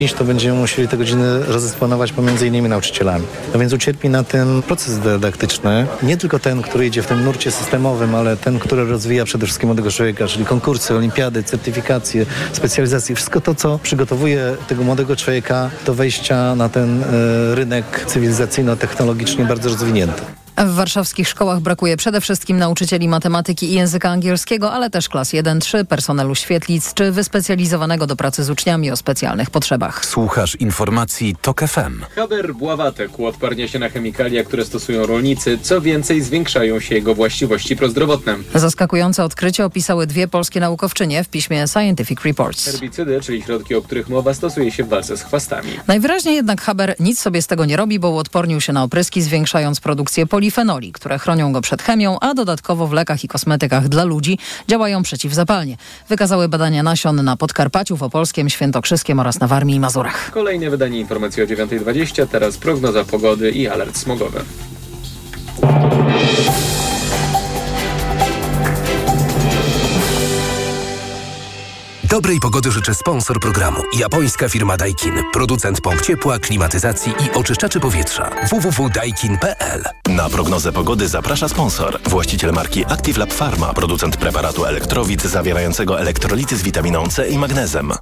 to będziemy musieli te godziny rozdysponować pomiędzy innymi nauczycielami. No więc ucierpi na ten proces dydaktyczny, nie tylko ten, który idzie w tym nurcie systemowym, ale ten, który rozwija przede wszystkim młodego człowieka, czyli konkursy, olimpiady, certyfikacje, specjalizacje, wszystko to, co przygotowuje tego młodego człowieka do wejścia na ten rynek cywilizacyjno-technologicznie bardzo rozwinięty. W warszawskich szkołach brakuje przede wszystkim nauczycieli matematyki i języka angielskiego, ale też klas 1-3, personelu świetlic czy wyspecjalizowanego do pracy z uczniami o specjalnych potrzebach. Słuchasz informacji TOK FM. Haber Bławatek uodparnia się na chemikalia, które stosują rolnicy. Co więcej, zwiększają się jego właściwości prozdrowotne. Zaskakujące odkrycie opisały dwie polskie naukowczynie w piśmie Scientific Reports. Herbicydy, czyli środki, o których mowa, stosuje się w walce z chwastami. Najwyraźniej jednak Haber nic sobie z tego nie robi, bo uodpornił się na opryski, zwiększając produkcję polifenoli, które chronią go przed chemią, a dodatkowo w lekach i kosmetykach dla ludzi działają przeciwzapalnie. Wykazały badania nasion na Podkarpaciu, w Opolskiem, Świętokrzyskiem oraz na Warmii i Mazurach. Kolejne wydanie informacji o 9:20, teraz prognoza pogody i alert smogowy. Dobrej pogody życzy sponsor programu. Japońska firma Daikin. Producent pomp ciepła, klimatyzacji i oczyszczaczy powietrza. www.daikin.pl. Na prognozę pogody zaprasza sponsor. Właściciel marki Active Lab Pharma. Producent preparatu elektrowid zawierającego elektrolity z witaminą C i magnezem.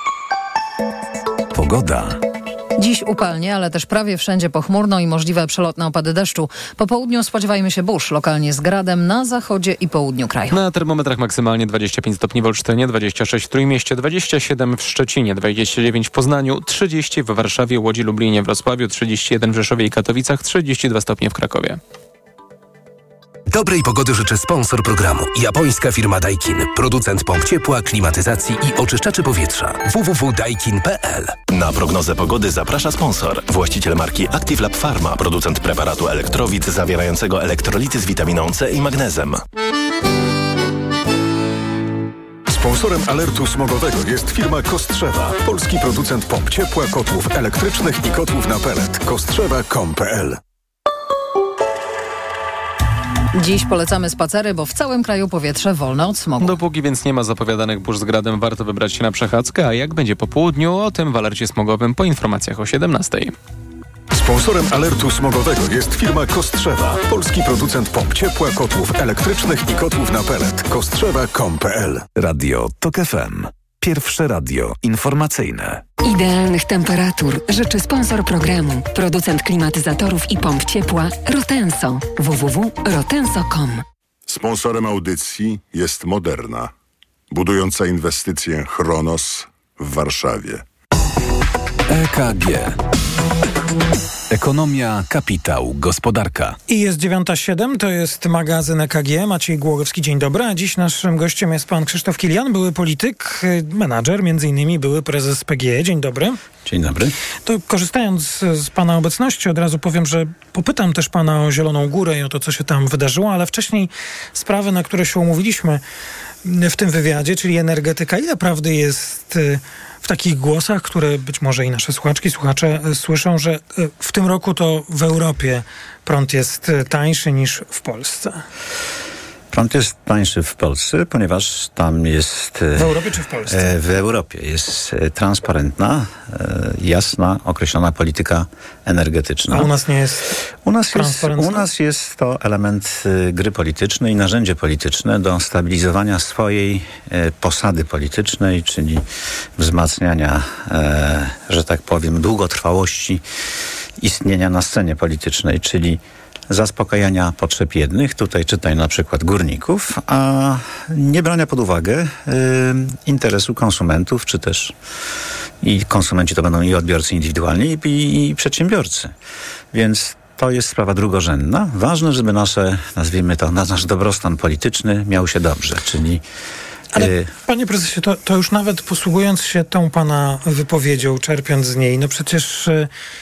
Pogoda. Dziś upalnie, ale też prawie wszędzie pochmurno i możliwe przelotne opady deszczu. Po południu spodziewajmy się burz, lokalnie z gradem na zachodzie i południu kraju. Na termometrach maksymalnie 25 stopni w Olsztynie, 26 w Trójmieście, 27 w Szczecinie, 29 w Poznaniu, 30 w Warszawie, Łodzi, Lublinie, Wrocławiu, 31 w Rzeszowie i Katowicach, 32 stopnie w Krakowie. Dobrej pogody życzy sponsor programu. Japońska firma Daikin. Producent pomp ciepła, klimatyzacji i oczyszczaczy powietrza. www.daikin.pl. Na prognozę pogody zaprasza sponsor. Właściciel marki Active Lab Pharma. Producent preparatu elektrowid zawierającego elektrolity z witaminą C i magnezem. Sponsorem alertu smogowego jest firma Kostrzewa. Polski producent pomp ciepła, kotłów elektrycznych i kotłów na pelet. kostrzewa.com.pl. Dziś polecamy spacery, bo w całym kraju powietrze wolne od smogu. Dopóki więc nie ma zapowiadanych burz z gradem, warto wybrać się na przechadzkę, a jak będzie po południu, o tym w alercie smogowym po informacjach o 17:00. Sponsorem alertu smogowego jest firma Kostrzewa. Polski producent pomp ciepła, kotłów elektrycznych i kotłów na pelet. kostrzewa.com.pl. Radio TOK FM. Pierwsze radio informacyjne. Idealnych temperatur życzy sponsor programu. Producent klimatyzatorów i pomp ciepła Rotenso. www.rotenso.com. Sponsorem audycji jest Moderna, budująca inwestycję Chronos w Warszawie. EKG. Ekonomia, kapitał, gospodarka. I jest 9:07, to jest magazyn EKG. Maciej Głogowski, dzień dobry. A dziś naszym gościem jest pan Krzysztof Kilian, były polityk, menadżer, między innymi były prezes PGE. Dzień dobry. Dzień dobry. To korzystając z pana obecności, od razu powiem, że popytam też pana o Zieloną Górę i o to, co się tam wydarzyło, ale wcześniej sprawy, na które się umówiliśmy w tym wywiadzie, czyli energetyka. Ile prawdy jest w takich głosach, które być może i nasze słuchaczki, słuchacze słyszą, że w tym roku to w Europie prąd jest tańszy niż w Polsce? Prąd jest tańszy w Polsce, ponieważ tam jest... W Europie czy w Polsce? W Europie jest transparentna, jasna, określona polityka energetyczna. A u nas nie jest transparentna? U nas jest to element gry politycznej, narzędzie polityczne do stabilizowania swojej posady politycznej, czyli wzmacniania, że tak powiem, długotrwałości istnienia na scenie politycznej, czyli zaspokajania potrzeb jednych, tutaj czytaj na przykład górników, a nie brania pod uwagę interesu konsumentów, czy też i konsumenci to będą i odbiorcy indywidualni, i przedsiębiorcy. Więc to jest sprawa drugorzędna. Ważne, żeby nasze, nazwijmy to, nasz dobrostan polityczny miał się dobrze, czyli... Ale panie prezesie, to już nawet posługując się tą pana wypowiedzią, czerpiąc z niej, no przecież...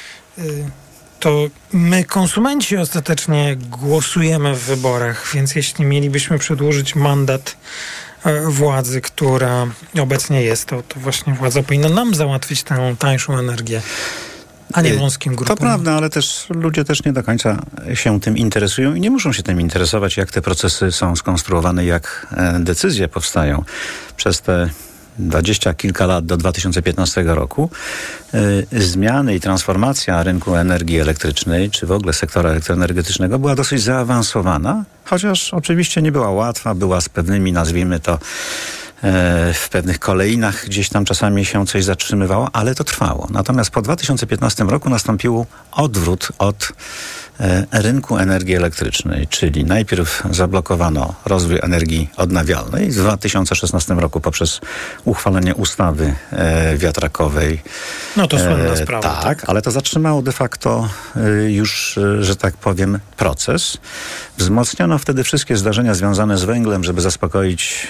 to my, konsumenci, ostatecznie głosujemy w wyborach, więc jeśli mielibyśmy przedłużyć mandat władzy, która obecnie jest, to właśnie władza powinna nam załatwić tę tańszą energię, a nie wąskim grupom. To prawda, ale też ludzie też nie do końca się tym interesują i nie muszą się tym interesować, jak te procesy są skonstruowane, jak decyzje powstają. Przez te 20 kilka lat do 2015 roku zmiany i transformacja rynku energii elektrycznej, czy w ogóle sektora elektroenergetycznego była dosyć zaawansowana, chociaż oczywiście nie była łatwa, była z pewnymi, nazwijmy to, w pewnych kolejnach gdzieś tam czasami się coś zatrzymywało, ale to trwało. Natomiast po 2015 roku nastąpił odwrót od rynku energii elektrycznej, czyli najpierw zablokowano rozwój energii odnawialnej w 2016 roku poprzez uchwalenie ustawy wiatrakowej. No to słynna sprawa. Tak, ale to zatrzymało de facto już, że tak powiem, proces. Wzmocniono wtedy wszystkie zdarzenia związane z węglem, żeby zaspokoić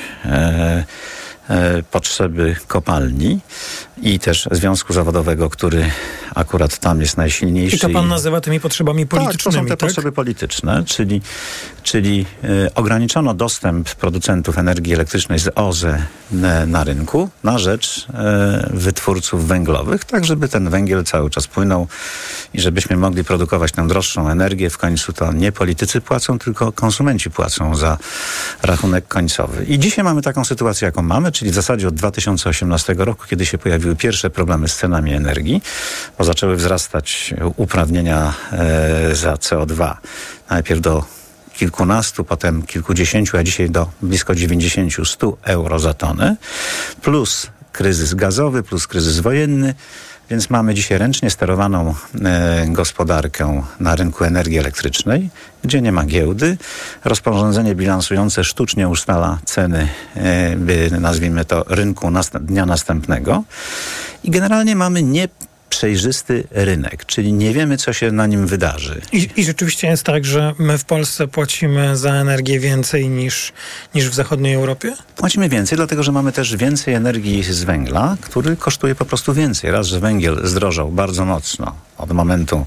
potrzeby kopalni i też związku zawodowego, który akurat tam jest najsilniejszy. I to pan nazywa tymi potrzebami politycznymi, tak? To są te potrzeby polityczne, czyli ograniczono dostęp producentów energii elektrycznej z OZE na rynku na rzecz wytwórców węglowych, tak żeby ten węgiel cały czas płynął i żebyśmy mogli produkować tę droższą energię. W końcu to nie politycy płacą, tylko konsumenci płacą za rachunek końcowy. I dzisiaj mamy taką sytuację, jaką mamy, czyli w zasadzie od 2018 roku, kiedy się pojawiły pierwsze problemy z cenami energii, bo zaczęły wzrastać uprawnienia za CO2. Najpierw do kilkunastu, potem kilkudziesięciu, a dzisiaj do blisko 90-100 euro za tonę, plus kryzys gazowy, plus kryzys wojenny. Więc mamy dzisiaj ręcznie sterowaną gospodarkę na rynku energii elektrycznej, gdzie nie ma giełdy. Rozporządzenie bilansujące sztucznie ustala ceny, nazwijmy to, rynku dnia następnego. I generalnie mamy nieprzejrzysty rynek, czyli nie wiemy, co się na nim wydarzy. I rzeczywiście jest tak, że my w Polsce płacimy za energię więcej niż w zachodniej Europie? Płacimy więcej, dlatego że mamy też więcej energii z węgla, który kosztuje po prostu więcej. Raz, że węgiel zdrożał bardzo mocno od momentu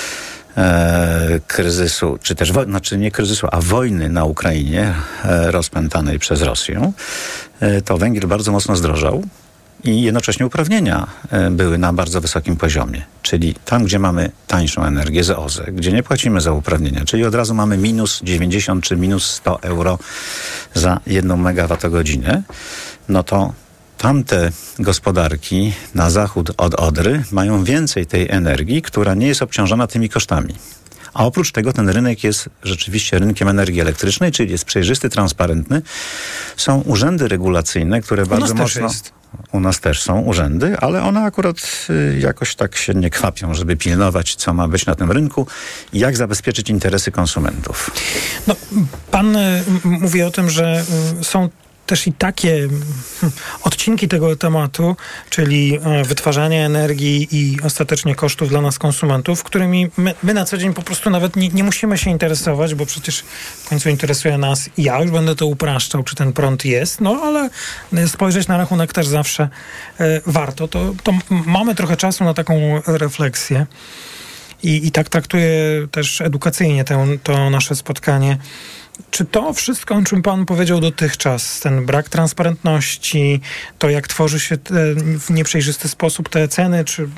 kryzysu, czy też nie kryzysu, a wojny na Ukrainie rozpętanej przez Rosję, to węgiel bardzo mocno zdrożał. I jednocześnie uprawnienia były na bardzo wysokim poziomie. Czyli tam, gdzie mamy tańszą energię z OZE, gdzie nie płacimy za uprawnienia, czyli od razu mamy minus 90 czy minus 100 euro za 1 megawattogodzinę, no to tamte gospodarki na zachód od Odry mają więcej tej energii, która nie jest obciążona tymi kosztami. A oprócz tego ten rynek jest rzeczywiście rynkiem energii elektrycznej, czyli jest przejrzysty, transparentny. Są urzędy regulacyjne, które bardzo mocno... U nas też są urzędy, ale one akurat jakoś tak się nie kwapią, żeby pilnować, co ma być na tym rynku i jak zabezpieczyć interesy konsumentów. No, pan mówi o tym, że są też i takie odcinki tego tematu, czyli wytwarzanie energii i ostatecznie kosztów dla nas konsumentów, którymi my na co dzień po prostu nawet nie musimy się interesować, bo przecież w końcu interesuje nas, ja już będę to upraszczał, czy ten prąd jest, no ale spojrzeć na rachunek też zawsze warto. To mamy trochę czasu na taką refleksję i tak traktuję też edukacyjnie to nasze spotkanie. Czy to wszystko, o czym pan powiedział dotychczas, ten brak transparentności, to jak tworzy się w nieprzejrzysty sposób te ceny, czy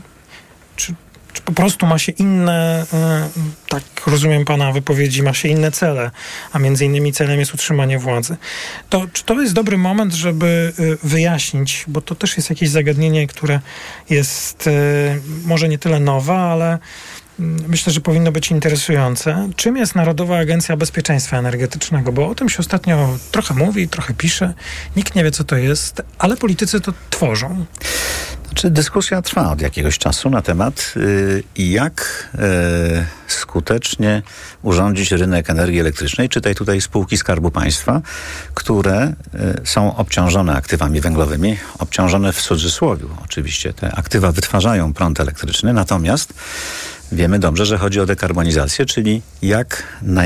po prostu ma się inne, tak rozumiem pana wypowiedzi, ma się inne cele, a między innymi celem jest utrzymanie władzy. To czy to jest dobry moment, żeby wyjaśnić, bo to też jest jakieś zagadnienie, które jest może nie tyle nowe, ale myślę, że powinno być interesujące. Czym jest Narodowa Agencja Bezpieczeństwa Energetycznego? Bo o tym się ostatnio trochę mówi, trochę pisze. Nikt nie wie, co to jest, ale politycy to tworzą. Znaczy, dyskusja trwa od jakiegoś czasu na temat jak skutecznie urządzić rynek energii elektrycznej. Czytaj tutaj spółki Skarbu Państwa, które są obciążone aktywami węglowymi, obciążone w cudzysłowie. Oczywiście te aktywa wytwarzają prąd elektryczny, natomiast wiemy dobrze, że chodzi o dekarbonizację, czyli jak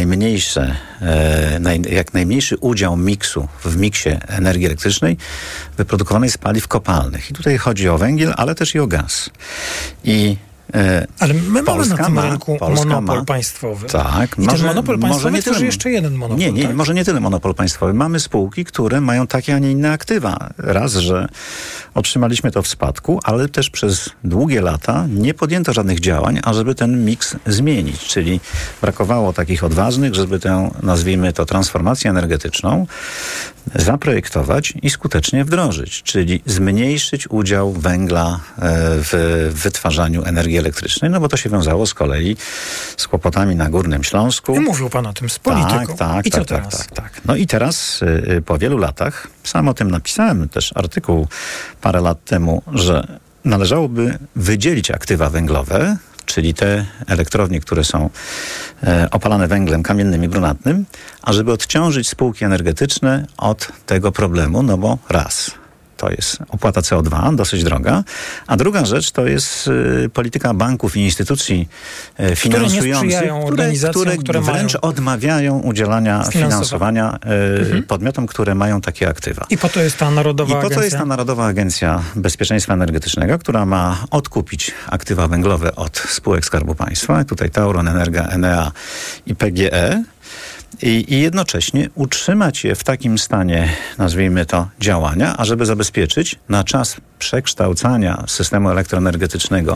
najmniejszy udział w miksie energii elektrycznej wyprodukowanej z paliw kopalnych. I tutaj chodzi o węgiel, ale też i o gaz. I Ale my mamy na tym rynku monopol państwowy. Tak. I ten monopol państwowy tworzy jeszcze jeden monopol. Nie, tak? może nie tyle monopol państwowy. Mamy spółki, które mają takie, a nie inne aktywa. Raz, że otrzymaliśmy to w spadku, ale też przez długie lata nie podjęto żadnych działań, ażeby ten miks zmienić. Czyli brakowało takich odważnych, żeby tę, nazwijmy to, transformację energetyczną zaprojektować i skutecznie wdrożyć. Czyli zmniejszyć udział węgla w wytwarzaniu energii elektrycznej, no bo to się wiązało z kolei z kłopotami na Górnym Śląsku. I mówił pan o tym z polityką. Tak. I co teraz? Tak. No i teraz po wielu latach, sam o tym napisałem też artykuł parę lat temu, że należałoby wydzielić aktywa węglowe, czyli te elektrownie, które są opalane węglem kamiennym i brunatnym, ażeby odciążyć spółki energetyczne od tego problemu, no bo raz, to jest opłata CO2, dosyć droga, a druga rzecz to jest polityka banków i instytucji finansujących, które wręcz odmawiają udzielania finansowania podmiotom, które mają takie aktywa. I po to jest ta Narodowa Agencja Bezpieczeństwa Energetycznego, która ma odkupić aktywa węglowe od spółek Skarbu Państwa, tutaj Tauron, Energa, Enea i PGE, i jednocześnie utrzymać je w takim stanie, nazwijmy to, działania, ażeby zabezpieczyć na czas przekształcania systemu elektroenergetycznego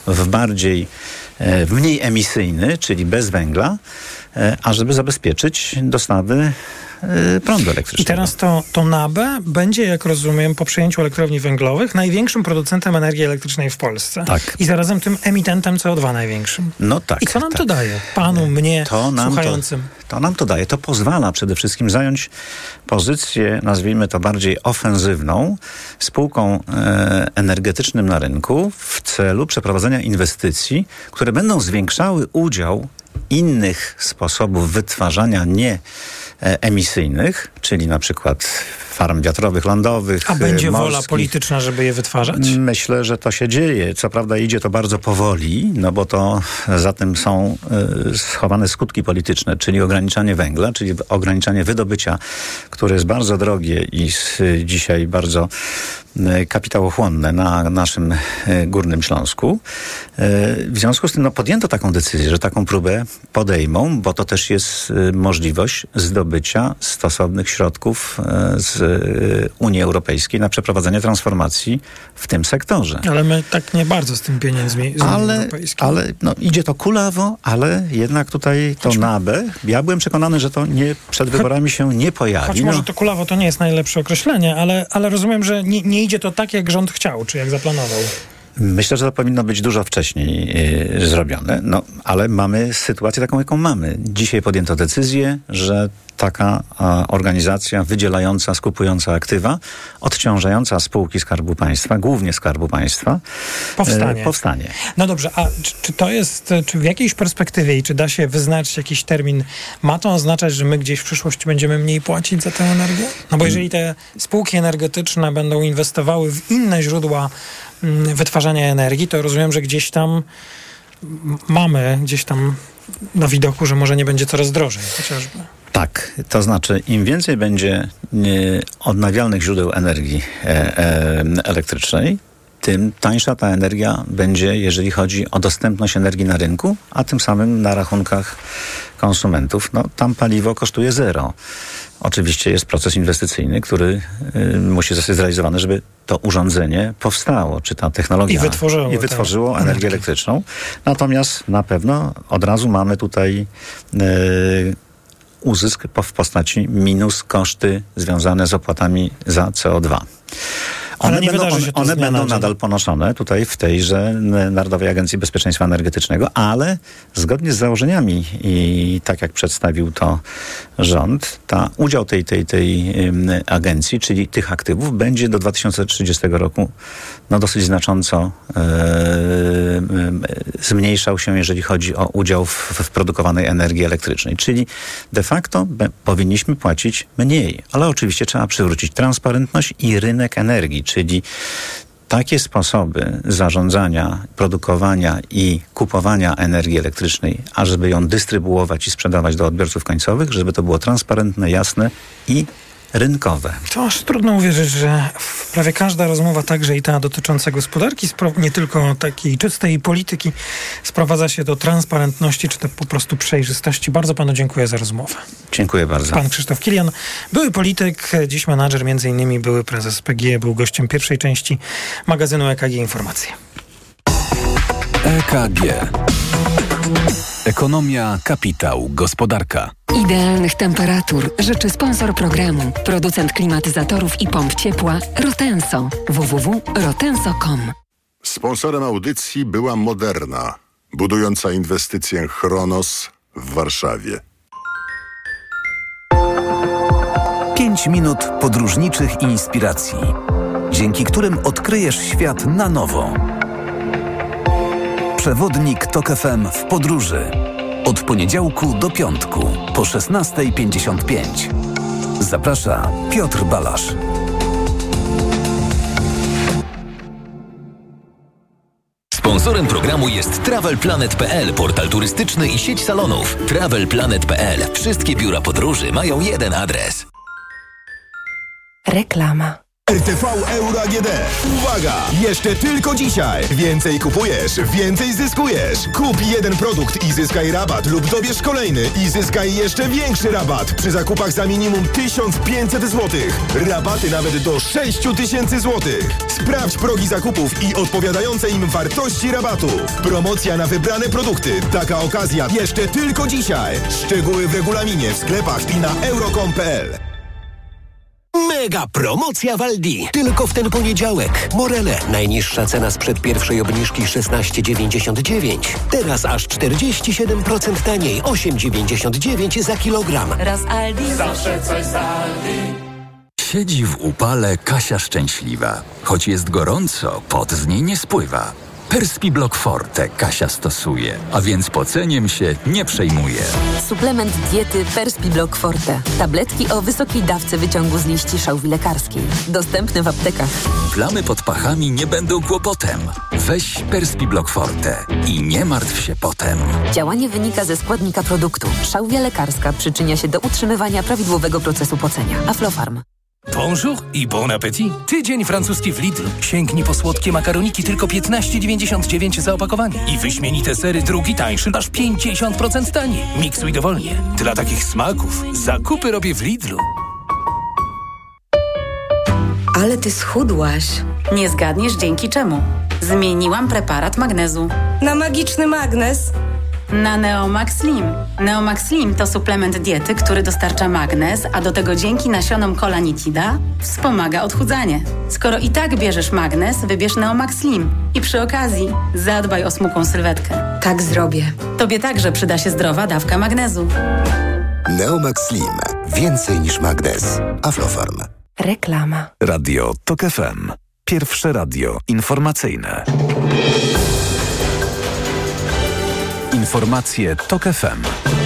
w mniej emisyjny, czyli bez węgla, ażeby zabezpieczyć dostawy prądu elektrycznego. I teraz to NABE będzie, jak rozumiem, po przejęciu elektrowni węglowych największym producentem energii elektrycznej w Polsce. Tak. I zarazem tym emitentem CO2 największym. No tak. I co nam to daje? Panu, mnie, słuchającym? To nam to daje. To pozwala przede wszystkim zająć pozycję, nazwijmy to bardziej ofensywną, spółką energetycznym na rynku w celu przeprowadzenia inwestycji, które będą zwiększały udział innych sposobów wytwarzania emisyjnych, czyli na przykład farm wiatrowych, lądowych, A będzie morskich. wola polityczna, żeby je wytwarzać? Myślę, że to się dzieje. Co prawda idzie to bardzo powoli, no bo to za tym są schowane skutki polityczne, czyli ograniczanie węgla, czyli ograniczanie wydobycia, które jest bardzo drogie i dzisiaj bardzo kapitałochłonne na naszym Górnym Śląsku. W związku z tym podjęto taką decyzję, że taką próbę podejmą, bo to też jest możliwość zdobycia stosownych środków z Unii Europejskiej na przeprowadzenie transformacji w tym sektorze. Ale my tak nie bardzo z tym pieniędzmi z Unii Europejskiej. Ale idzie to kulawo, ale jednak tutaj to NABE. Ja byłem przekonany, że to przed wyborami się nie pojawi. Choć może to kulawo to nie jest najlepsze określenie, ale rozumiem, że nie idzie to tak, jak rząd chciał, czy jak zaplanował. Myślę, że to powinno być dużo wcześniej zrobione, ale mamy sytuację taką, jaką mamy. Dzisiaj podjęto decyzję, że taka organizacja wydzielająca, skupująca aktywa, odciążająca spółki Skarbu Państwa, głównie Skarbu Państwa, powstanie. No dobrze, a czy to jest, czy w jakiejś perspektywie i czy da się wyznaczyć jakiś termin, ma to oznaczać, że my gdzieś w przyszłości będziemy mniej płacić za tę energię? No bo jeżeli te spółki energetyczne będą inwestowały w inne źródła wytwarzania energii, to rozumiem, że gdzieś tam mamy na widoku, że może nie będzie coraz drożej chociażby. Tak, to znaczy im więcej będzie odnawialnych źródeł energii elektrycznej, tym tańsza ta energia będzie, jeżeli chodzi o dostępność energii na rynku, a tym samym na rachunkach konsumentów. Tam paliwo kosztuje zero. Oczywiście jest proces inwestycyjny, który musi zostać zrealizowany, żeby to urządzenie powstało, czy ta technologia i wytworzyło energię elektryczną. Natomiast na pewno od razu mamy tutaj uzysk w postaci minus koszty związane z opłatami za CO2. One będą nadal ponoszone tutaj w tejże Narodowej Agencji Bezpieczeństwa Energetycznego, ale zgodnie z założeniami i tak jak przedstawił to rząd, udział tej agencji, czyli tych aktywów, będzie do 2030 roku dosyć znacząco zmniejszał się, jeżeli chodzi o udział w produkowanej energii elektrycznej. Czyli de facto powinniśmy płacić mniej, ale oczywiście trzeba przywrócić transparentność i rynek energii, czyli takie sposoby zarządzania, produkowania i kupowania energii elektrycznej, ażeby ją dystrybuować i sprzedawać do odbiorców końcowych, żeby to było transparentne, jasne i rynkowe. To aż trudno uwierzyć, że prawie każda rozmowa, także i ta dotycząca gospodarki, nie tylko takiej czystej polityki, sprowadza się do transparentności, czy to po prostu przejrzystości. Bardzo panu dziękuję za rozmowę. Dziękuję bardzo. Pan Krzysztof Kilian, były polityk, dziś menadżer, między innymi były prezes PGE, był gościem pierwszej części magazynu EKG Informacje. EKG. Ekonomia, kapitał, gospodarka. Idealnych temperatur życzy sponsor programu, producent klimatyzatorów i pomp ciepła Rotenso. www.rotenso.com. Sponsorem audycji była Moderna, budująca inwestycję Chronos w Warszawie. 5 minut podróżniczych inspiracji, dzięki którym odkryjesz świat na nowo. Przewodnik TOK FM w podróży. Od poniedziałku do piątku po 16:55. Zaprasza Piotr Balasz. Sponsorem programu jest TravelPlanet.pl, portal turystyczny i sieć salonów. TravelPlanet.pl. Wszystkie biura podróży mają jeden adres. Reklama. RTV Euro AGD. Uwaga! Jeszcze tylko dzisiaj. Więcej kupujesz, więcej zyskujesz. Kup jeden produkt i zyskaj rabat lub dobierz kolejny i zyskaj jeszcze większy rabat przy zakupach za minimum 1500 zł. Rabaty nawet do 6000 zł. Sprawdź progi zakupów i odpowiadające im wartości rabatów. Promocja na wybrane produkty. Taka okazja jeszcze tylko dzisiaj. Szczegóły w regulaminie, w sklepach i na euro.com.pl. Mega promocja w Aldi. Tylko w ten poniedziałek. Morele. Najniższa cena sprzed pierwszej obniżki 16,99. Teraz aż 47% taniej. 8,99 za kilogram. Raz Aldi. Zawsze coś z Aldi. Siedzi w upale Kasia szczęśliwa. Choć jest gorąco, pot z niej nie spływa. Perspiblock Forte Kasia stosuje, a więc poceniem się nie przejmuje. Suplement diety Perspiblock Forte. Tabletki o wysokiej dawce wyciągu z liści szałwi lekarskiej. Dostępne w aptekach. Plamy pod pachami nie będą kłopotem. Weź Perspiblock Forte i nie martw się potem. Działanie wynika ze składnika produktu. Szałwia lekarska przyczynia się do utrzymywania prawidłowego procesu pocenia. Aflofarm. Bonjour i bon appétit. Tydzień francuski w Lidl. Sięgnij po słodkie makaroniki tylko 15,99 za opakowanie. I wyśmienite sery drugi tańszy, aż 50% taniej. Miksuj dowolnie. Dla takich smaków zakupy robię w Lidlu. Ale ty schudłaś. Nie zgadniesz dzięki czemu. Zmieniłam preparat magnezu. Na magiczny magnez? Na Neomax Slim. Neomax Slim to suplement diety, który dostarcza magnez, a do tego dzięki nasionom kolanitida wspomaga odchudzanie. Skoro i tak bierzesz magnez, wybierz Neomax Slim. I przy okazji zadbaj o smukłą sylwetkę. Tak zrobię. Tobie także przyda się zdrowa dawka magnezu. Neomax Slim. Więcej niż magnez. Aflofarm. Reklama. Radio TOK FM. Pierwsze radio informacyjne. Informacje TOK FM.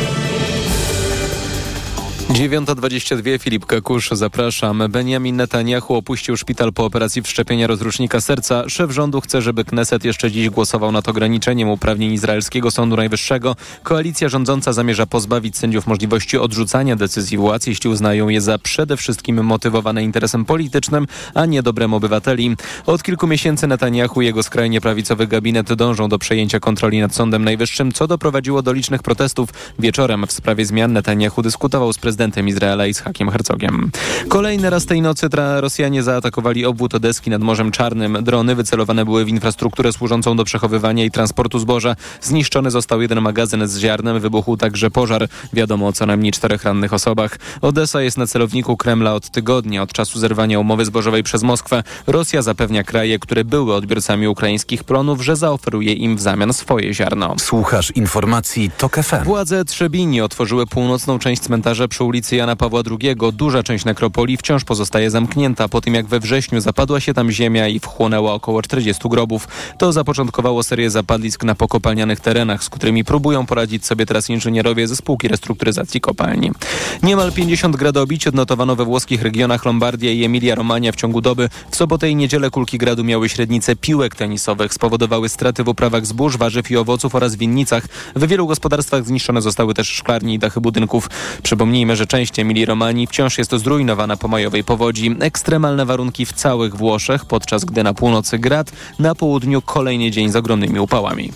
9:22, Filip Kakusz, zapraszam. Benjamin Netanyahu opuścił szpital po operacji wszczepienia rozrusznika serca. Szef rządu chce, żeby Kneset jeszcze dziś głosował nad ograniczeniem uprawnień izraelskiego Sądu Najwyższego. Koalicja rządząca zamierza pozbawić sędziów możliwości odrzucania decyzji władz, jeśli uznają je za przede wszystkim motywowane interesem politycznym, a nie dobrem obywateli. Od kilku miesięcy Netanyahu i jego skrajnie prawicowy gabinet dążą do przejęcia kontroli nad Sądem Najwyższym, co doprowadziło do licznych protestów. Wieczorem w sprawie zmian Netanyahu dyskutował z prezydentem Izraela Ishakiem Herzogiem. Kolejny raz tej nocy Rosjanie zaatakowali obwód Odeski nad Morzem Czarnym. Drony wycelowane były w infrastrukturę służącą do przechowywania i transportu zboża. Zniszczony został jeden magazyn z ziarnem, wybuchł także pożar. Wiadomo o co najmniej 4 rannych osobach. Odesa jest na celowniku Kremla od tygodnia, od czasu zerwania umowy zbożowej przez Moskwę. Rosja zapewnia kraje, które były odbiorcami ukraińskich plonów, że zaoferuje im w zamian swoje ziarno. Słuchasz informacji TOK FM. Władze Trzebini otworzyły północną część cmentarza przy ulicy Jana Pawła II. Duża część nekropolii wciąż pozostaje zamknięta po tym, jak we wrześniu zapadła się tam ziemia i wchłonęła około 40 grobów. To zapoczątkowało serię zapadlisk na pokopalnianych terenach, z którymi próbują poradzić sobie teraz inżynierowie ze spółki restrukturyzacji kopalni. Niemal 50 gradobić odnotowano we włoskich regionach Lombardia i Emilia-Romagna w ciągu doby. W sobotę i niedzielę kulki gradu miały średnicę piłek tenisowych, spowodowały straty w uprawach zbóż, warzyw i owoców oraz winnicach. W wielu gospodarstwach zniszczone zostały też szklarnie i dachy budynków. Przypomnijmy, że że część Emilii-Romanii wciąż jest zrujnowana po majowej powodzi. Ekstremalne warunki w całych Włoszech, podczas gdy na północy grad, na południu kolejny dzień z ogromnymi upałami.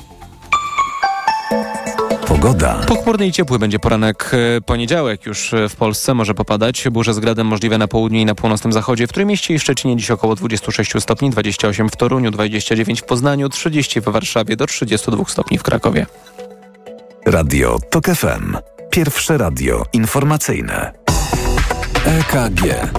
Pogoda. Pochmurny i ciepły będzie poranek. Poniedziałek już w Polsce może popadać. Burze z gradem możliwe na południu i na północnym zachodzie. W Trójmieście i Szczecinie dziś około 26 stopni, 28 w Toruniu, 29 w Poznaniu, 30 w Warszawie, do 32 stopni w Krakowie. Radio TOK FM. Pierwsze radio informacyjne. EKG.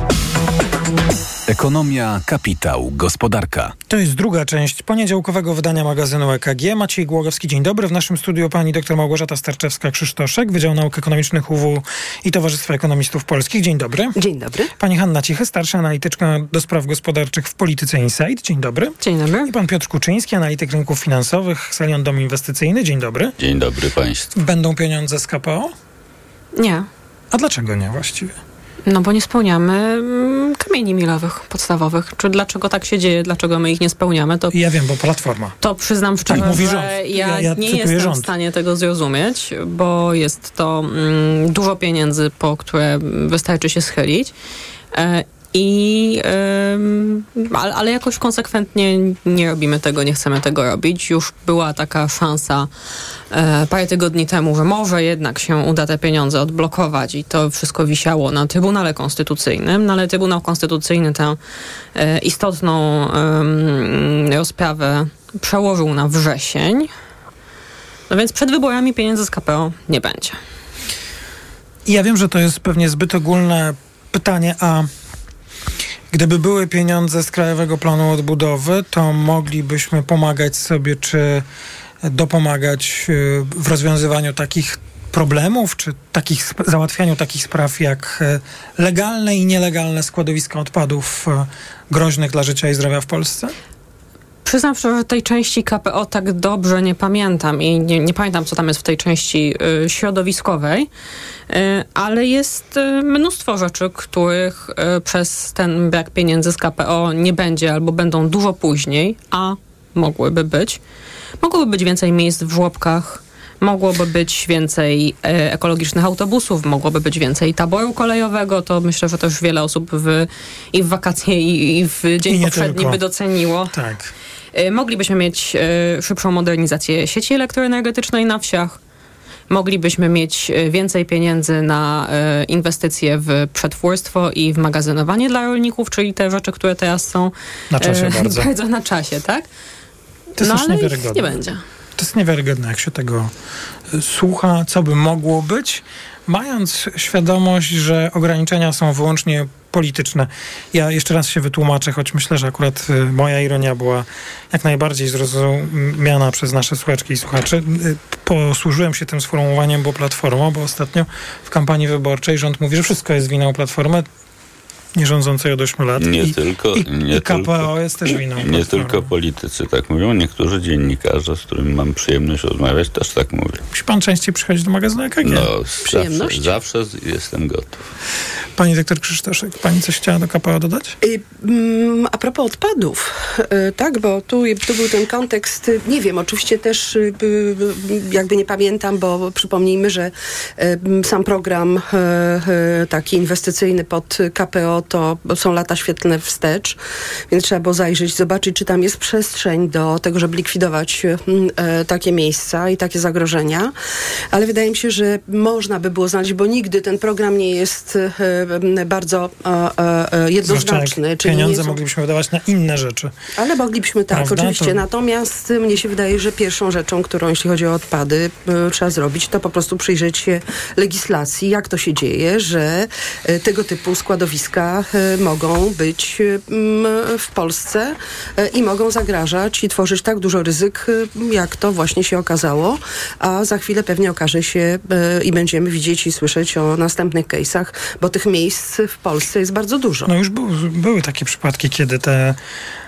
Ekonomia, kapitał, gospodarka. To jest druga część poniedziałkowego wydania magazynu EKG. Maciej Głogowski, dzień dobry. W naszym studiu pani dr Małgorzata Starczewska-Krzysztoszek, Wydział Nauk Ekonomicznych UW i Towarzystwa Ekonomistów Polskich. Dzień dobry. Dzień dobry. Pani Hanna Cichy, starsza analityczka do spraw gospodarczych w Polityce Insight. Dzień dobry. Dzień dobry. I pan Piotr Kuczyński, analityk rynków finansowych, Salion Dom Inwestycyjny. Dzień dobry. Dzień dobry państwu. Będą pieniądze z KPO? Nie. A dlaczego nie właściwie? No bo nie spełniamy kamieni milowych podstawowych. Czy dlaczego tak się dzieje? Dlaczego my ich nie spełniamy? To ja wiem, bo Platforma. To przyznam szczerze, tak mówi że rząd. ja nie jestem w stanie tego zrozumieć, bo jest to dużo pieniędzy, po które wystarczy się schylić. Ale jakoś konsekwentnie nie robimy tego, nie chcemy tego robić. Już była taka szansa parę tygodni temu, że może jednak się uda te pieniądze odblokować i to wszystko wisiało na Trybunale Konstytucyjnym, no ale Trybunał Konstytucyjny tę istotną rozprawę przełożył na wrzesień. No więc przed wyborami pieniędzy z KPO nie będzie. I ja wiem, że to jest pewnie zbyt ogólne pytanie, a gdyby były pieniądze z Krajowego Planu Odbudowy, to moglibyśmy pomagać sobie, czy dopomagać w rozwiązywaniu takich problemów, czy załatwianiu takich spraw jak legalne i nielegalne składowiska odpadów groźnych dla życia i zdrowia w Polsce? Przyznam szczerze, że tej części KPO tak dobrze nie pamiętam i nie pamiętam, co tam jest w tej części środowiskowej, ale jest mnóstwo rzeczy, których przez ten brak pieniędzy z KPO nie będzie albo będą dużo później, a mogłyby być. Mogłoby być więcej miejsc w żłobkach, mogłoby być więcej ekologicznych autobusów, mogłoby być więcej taboru kolejowego. To myślę, że też wiele osób i w wakacje, i w dzień poprzedni by doceniło. Tak. Moglibyśmy mieć szybszą modernizację sieci elektroenergetycznej na wsiach. Moglibyśmy mieć więcej pieniędzy na inwestycje w przetwórstwo i w magazynowanie dla rolników, czyli te rzeczy, które teraz są na czasie bardzo na czasie, tak? To jest ale niewiarygodne. nie będzie. To jest niewiarygodne, jak się tego słucha, co by mogło być, mając świadomość, że ograniczenia są wyłącznie polityczne. Ja jeszcze raz się wytłumaczę, choć myślę, że akurat moja ironia była jak najbardziej zrozumiana przez nasze słuchaczki i słuchaczy. Posłużyłem się tym sformułowaniem, bo Platforma, bo ostatnio w kampanii wyborczej rząd mówi, że wszystko jest winą Platformy, nie rządzącej od 8 lat. I KPO jest też winą. Nie tylko politycy tak mówią, niektórzy dziennikarze, z którymi mam przyjemność rozmawiać, też tak mówią. Musi pan częściej przychodzić do magazynu EKG? No, zawsze jestem gotów. Pani doktor Krzysztoszek, pani coś chciała do KPO dodać? A propos odpadów, tak, bo tu był ten kontekst, nie wiem, oczywiście też jakby nie pamiętam, bo przypomnijmy, że sam program taki inwestycyjny pod KPO to są lata świetlne wstecz, więc trzeba było zajrzeć, zobaczyć, czy tam jest przestrzeń do tego, żeby likwidować takie miejsca i takie zagrożenia, ale wydaje mi się, że można by było znaleźć, bo nigdy ten program nie jest bardzo jednoznaczny. Czyli pieniądze moglibyśmy wydawać na inne rzeczy. Ale moglibyśmy, tak, prawda? Oczywiście. Natomiast mnie się wydaje, że pierwszą rzeczą, którą jeśli chodzi o odpady trzeba zrobić, to po prostu przyjrzeć się legislacji, jak to się dzieje, że tego typu składowiska mogą być w Polsce i mogą zagrażać i tworzyć tak dużo ryzyk, jak to właśnie się okazało, a za chwilę pewnie okaże się i będziemy widzieć i słyszeć o następnych case'ach, bo tych miejsc w Polsce jest bardzo dużo. No już były takie przypadki, kiedy te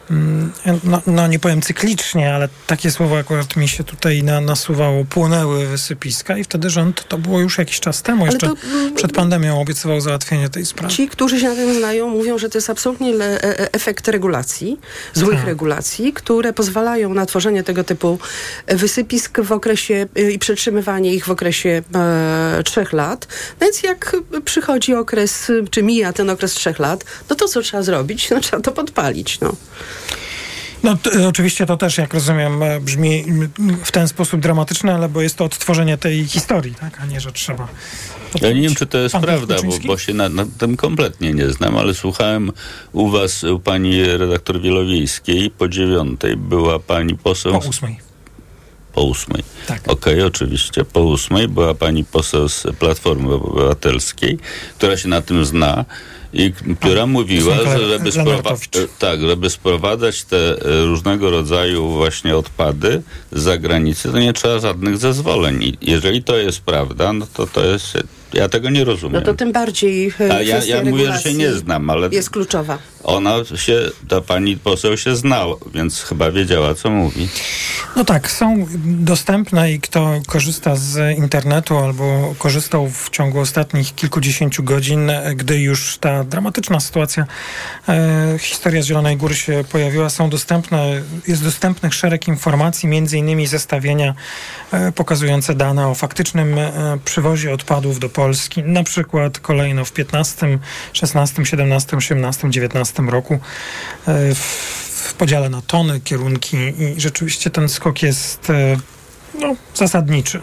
no nie powiem cyklicznie, ale takie słowo akurat mi się tutaj nasuwało, płonęły wysypiska i wtedy rząd, to było już jakiś czas temu, jeszcze przed pandemią obiecywał załatwienie tej sprawy. Ci, którzy się na tym znają, mówią, że to jest absolutnie efekt regulacji, złych regulacji, które pozwalają na tworzenie tego typu wysypisk w okresie i przetrzymywanie ich w okresie 3 lat. Więc jak przychodzi okres, czy mija ten okres 3 lat, no to co trzeba zrobić? No trzeba to podpalić, no. No oczywiście to też, jak rozumiem, brzmi w ten sposób dramatyczne, ale bo jest to odtworzenie tej historii, tak? A nie, że trzeba... Ja nie wiem, czy to jest prawda, bo się na tym kompletnie nie znam, ale słuchałem u was, u pani redaktor Wielowiejskiej, po 9:00 była pani poseł... Po 8:00. Po 8:00. Tak. Okej, oczywiście. Po 8:00 była pani poseł z Platformy Obywatelskiej, która się na tym zna i która mówiła, że żeby sprowadzać te różnego rodzaju właśnie odpady z zagranicy, to nie trzeba żadnych zezwoleń. I jeżeli to jest prawda, no to jest... Ja tego nie rozumiem. No to tym bardziej ja mówię, że się nie znam, ale... Jest kluczowa. Ta pani poseł się znała, więc chyba wiedziała, co mówi. No tak, są dostępne i kto korzysta z internetu albo korzystał w ciągu ostatnich kilkudziesięciu godzin, gdy już ta dramatyczna sytuacja, historia z Zielonej Góry się pojawiła, jest dostępnych szereg informacji, między innymi zestawienia pokazujące dane o faktycznym przywozie odpadów do Polski, na przykład kolejno w 15, 16, 17, 18, 19 roku w podziale na tony, kierunki i rzeczywiście ten skok jest zasadniczy.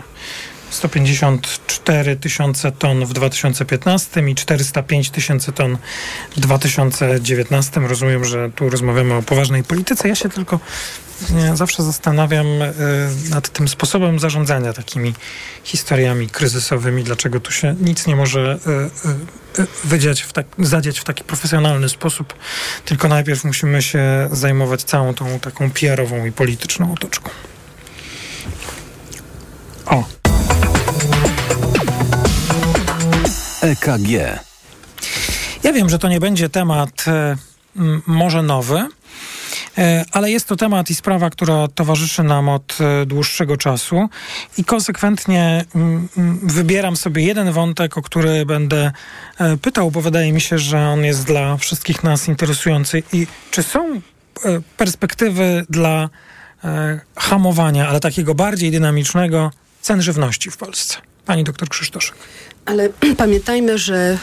154 tysiące ton w 2015 i 405 tysięcy ton w 2019. Rozumiem, że tu rozmawiamy o poważnej polityce. Ja się tylko zawsze zastanawiam nad tym sposobem zarządzania takimi historiami kryzysowymi. Dlaczego tu się nic nie może zadziać w taki profesjonalny sposób, tylko najpierw musimy się zajmować całą tą taką PR-ową i polityczną otoczką. EKG. Ja wiem, że to nie będzie temat może nowy, ale jest to temat i sprawa, która towarzyszy nam od dłuższego czasu i konsekwentnie wybieram sobie jeden wątek, o który będę pytał, bo wydaje mi się, że on jest dla wszystkich nas interesujący. I czy są perspektywy dla hamowania, ale takiego bardziej dynamicznego, cen żywności w Polsce? Pani doktor Krzysztoszek. Ale pamiętajmy, że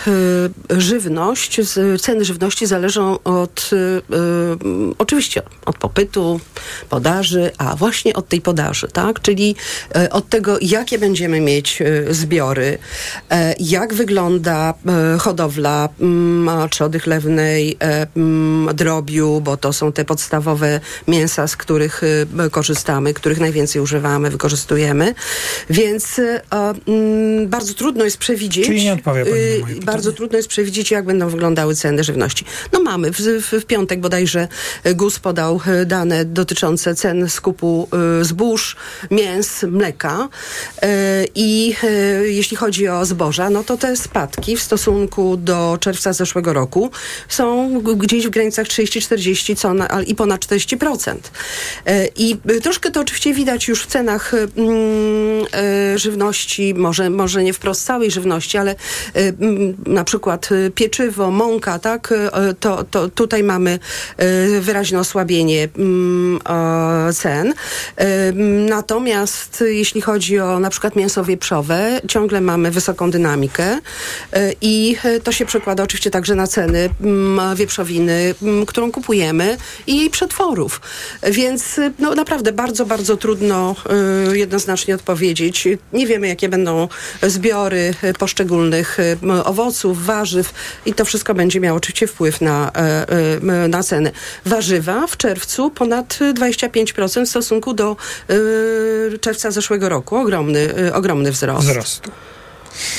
ceny żywności zależą oczywiście od popytu, podaży, a właśnie od tej podaży, tak? Czyli od tego, jakie będziemy mieć zbiory, jak wygląda hodowla trzody chlewnej, drobiu, bo to są te podstawowe mięsa, z których korzystamy, których najwięcej używamy, wykorzystujemy. Więc bardzo trudno jest przewidzieć, czyli nie odpowie pani na moje bardzo trudno jest przewidzieć, jak będą wyglądały ceny żywności. No mamy, w piątek bodajże GUS podał dane dotyczące cen skupu zbóż, mięs, mleka i jeśli chodzi o zboża, no to te spadki w stosunku do czerwca zeszłego roku są gdzieś w granicach 30-40 i ponad 40%. I troszkę to oczywiście widać już w cenach żywności, może nie wprost całej żywności, ale na przykład pieczywo, mąka, tak? To tutaj mamy wyraźne osłabienie cen. Natomiast jeśli chodzi o na przykład mięso wieprzowe, ciągle mamy wysoką dynamikę i to się przekłada oczywiście także na ceny wieprzowiny, którą kupujemy i jej przetworów. Więc no naprawdę bardzo, bardzo trudno jednoznacznie odpowiedzieć. Nie wiemy, jakie będą zbiory poszczególnych owoców, warzyw i to wszystko będzie miało oczywiście wpływ na ceny. Warzywa w czerwcu ponad 25% w stosunku do czerwca zeszłego roku. Ogromny wzrost.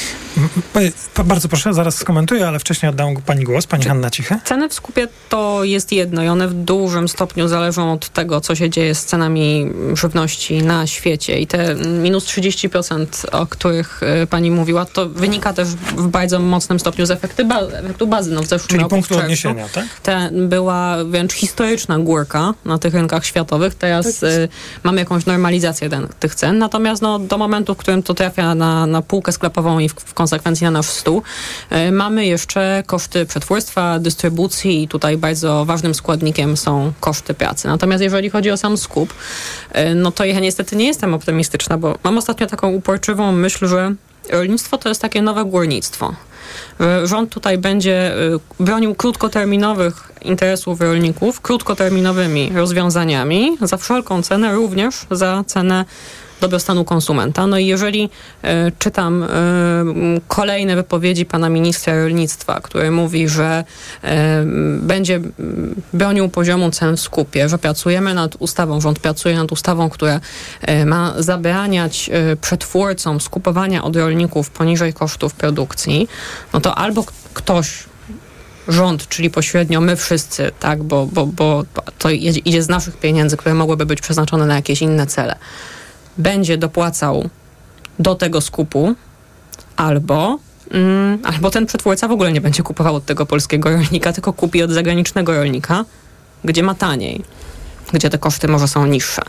Bardzo proszę, zaraz skomentuję, ale wcześniej oddam pani głos. Pani Hanna Cichy. Ceny w skupie to jest jedno i one w dużym stopniu zależą od tego, co się dzieje z cenami żywności na świecie. I te minus 30%, o których pani mówiła, to wynika też w bardzo mocnym stopniu z efektu bazy. No, w zeszłym Czyli roku punktu odniesienia, tak? Była wręcz historyczna górka na tych rynkach światowych. Teraz mamy jakąś normalizację tych cen. Natomiast do momentu, w którym to trafia na półkę sklepową i w konsekwencji na nasz stół, mamy jeszcze koszty przetwórstwa, dystrybucji i tutaj bardzo ważnym składnikiem są koszty pracy. Natomiast jeżeli chodzi o sam skup, no to ja niestety nie jestem optymistyczna, bo mam ostatnio taką uporczywą myśl, że rolnictwo to jest takie nowe górnictwo. Rząd tutaj będzie bronił krótkoterminowych interesów rolników, krótkoterminowymi rozwiązaniami, za wszelką cenę, również za cenę dobrostanu konsumenta. No i jeżeli czytam kolejne wypowiedzi pana ministra rolnictwa, który mówi, że będzie bronił poziomu cen w skupie, że pracujemy nad ustawą, rząd pracuje nad ustawą, która ma zabraniać przetwórcom skupowania od rolników poniżej kosztów produkcji, no to albo ktoś, rząd, czyli pośrednio my wszyscy, tak, bo to idzie z naszych pieniędzy, które mogłyby być przeznaczone na jakieś inne cele, będzie dopłacał do tego skupu, albo ten przetwórca w ogóle nie będzie kupował od tego polskiego rolnika, tylko kupi od zagranicznego rolnika, gdzie ma taniej, gdzie te koszty może są niższe.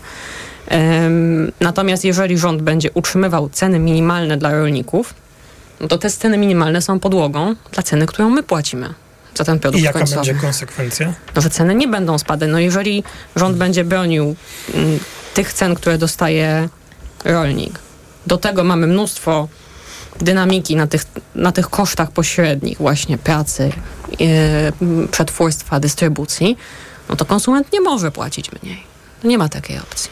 Natomiast jeżeli rząd będzie utrzymywał ceny minimalne dla rolników, no to te ceny minimalne są podłogą dla ceny, którą my płacimy za ten produkt końcowy. I jaka będzie konsekwencja? No, że ceny nie będą spadać. No jeżeli rząd będzie bronił tych cen, które dostaje rolnik, do tego mamy mnóstwo dynamiki na tych kosztach pośrednich właśnie pracy, przetwórstwa, dystrybucji, no to konsument nie może płacić mniej. Nie ma takiej opcji.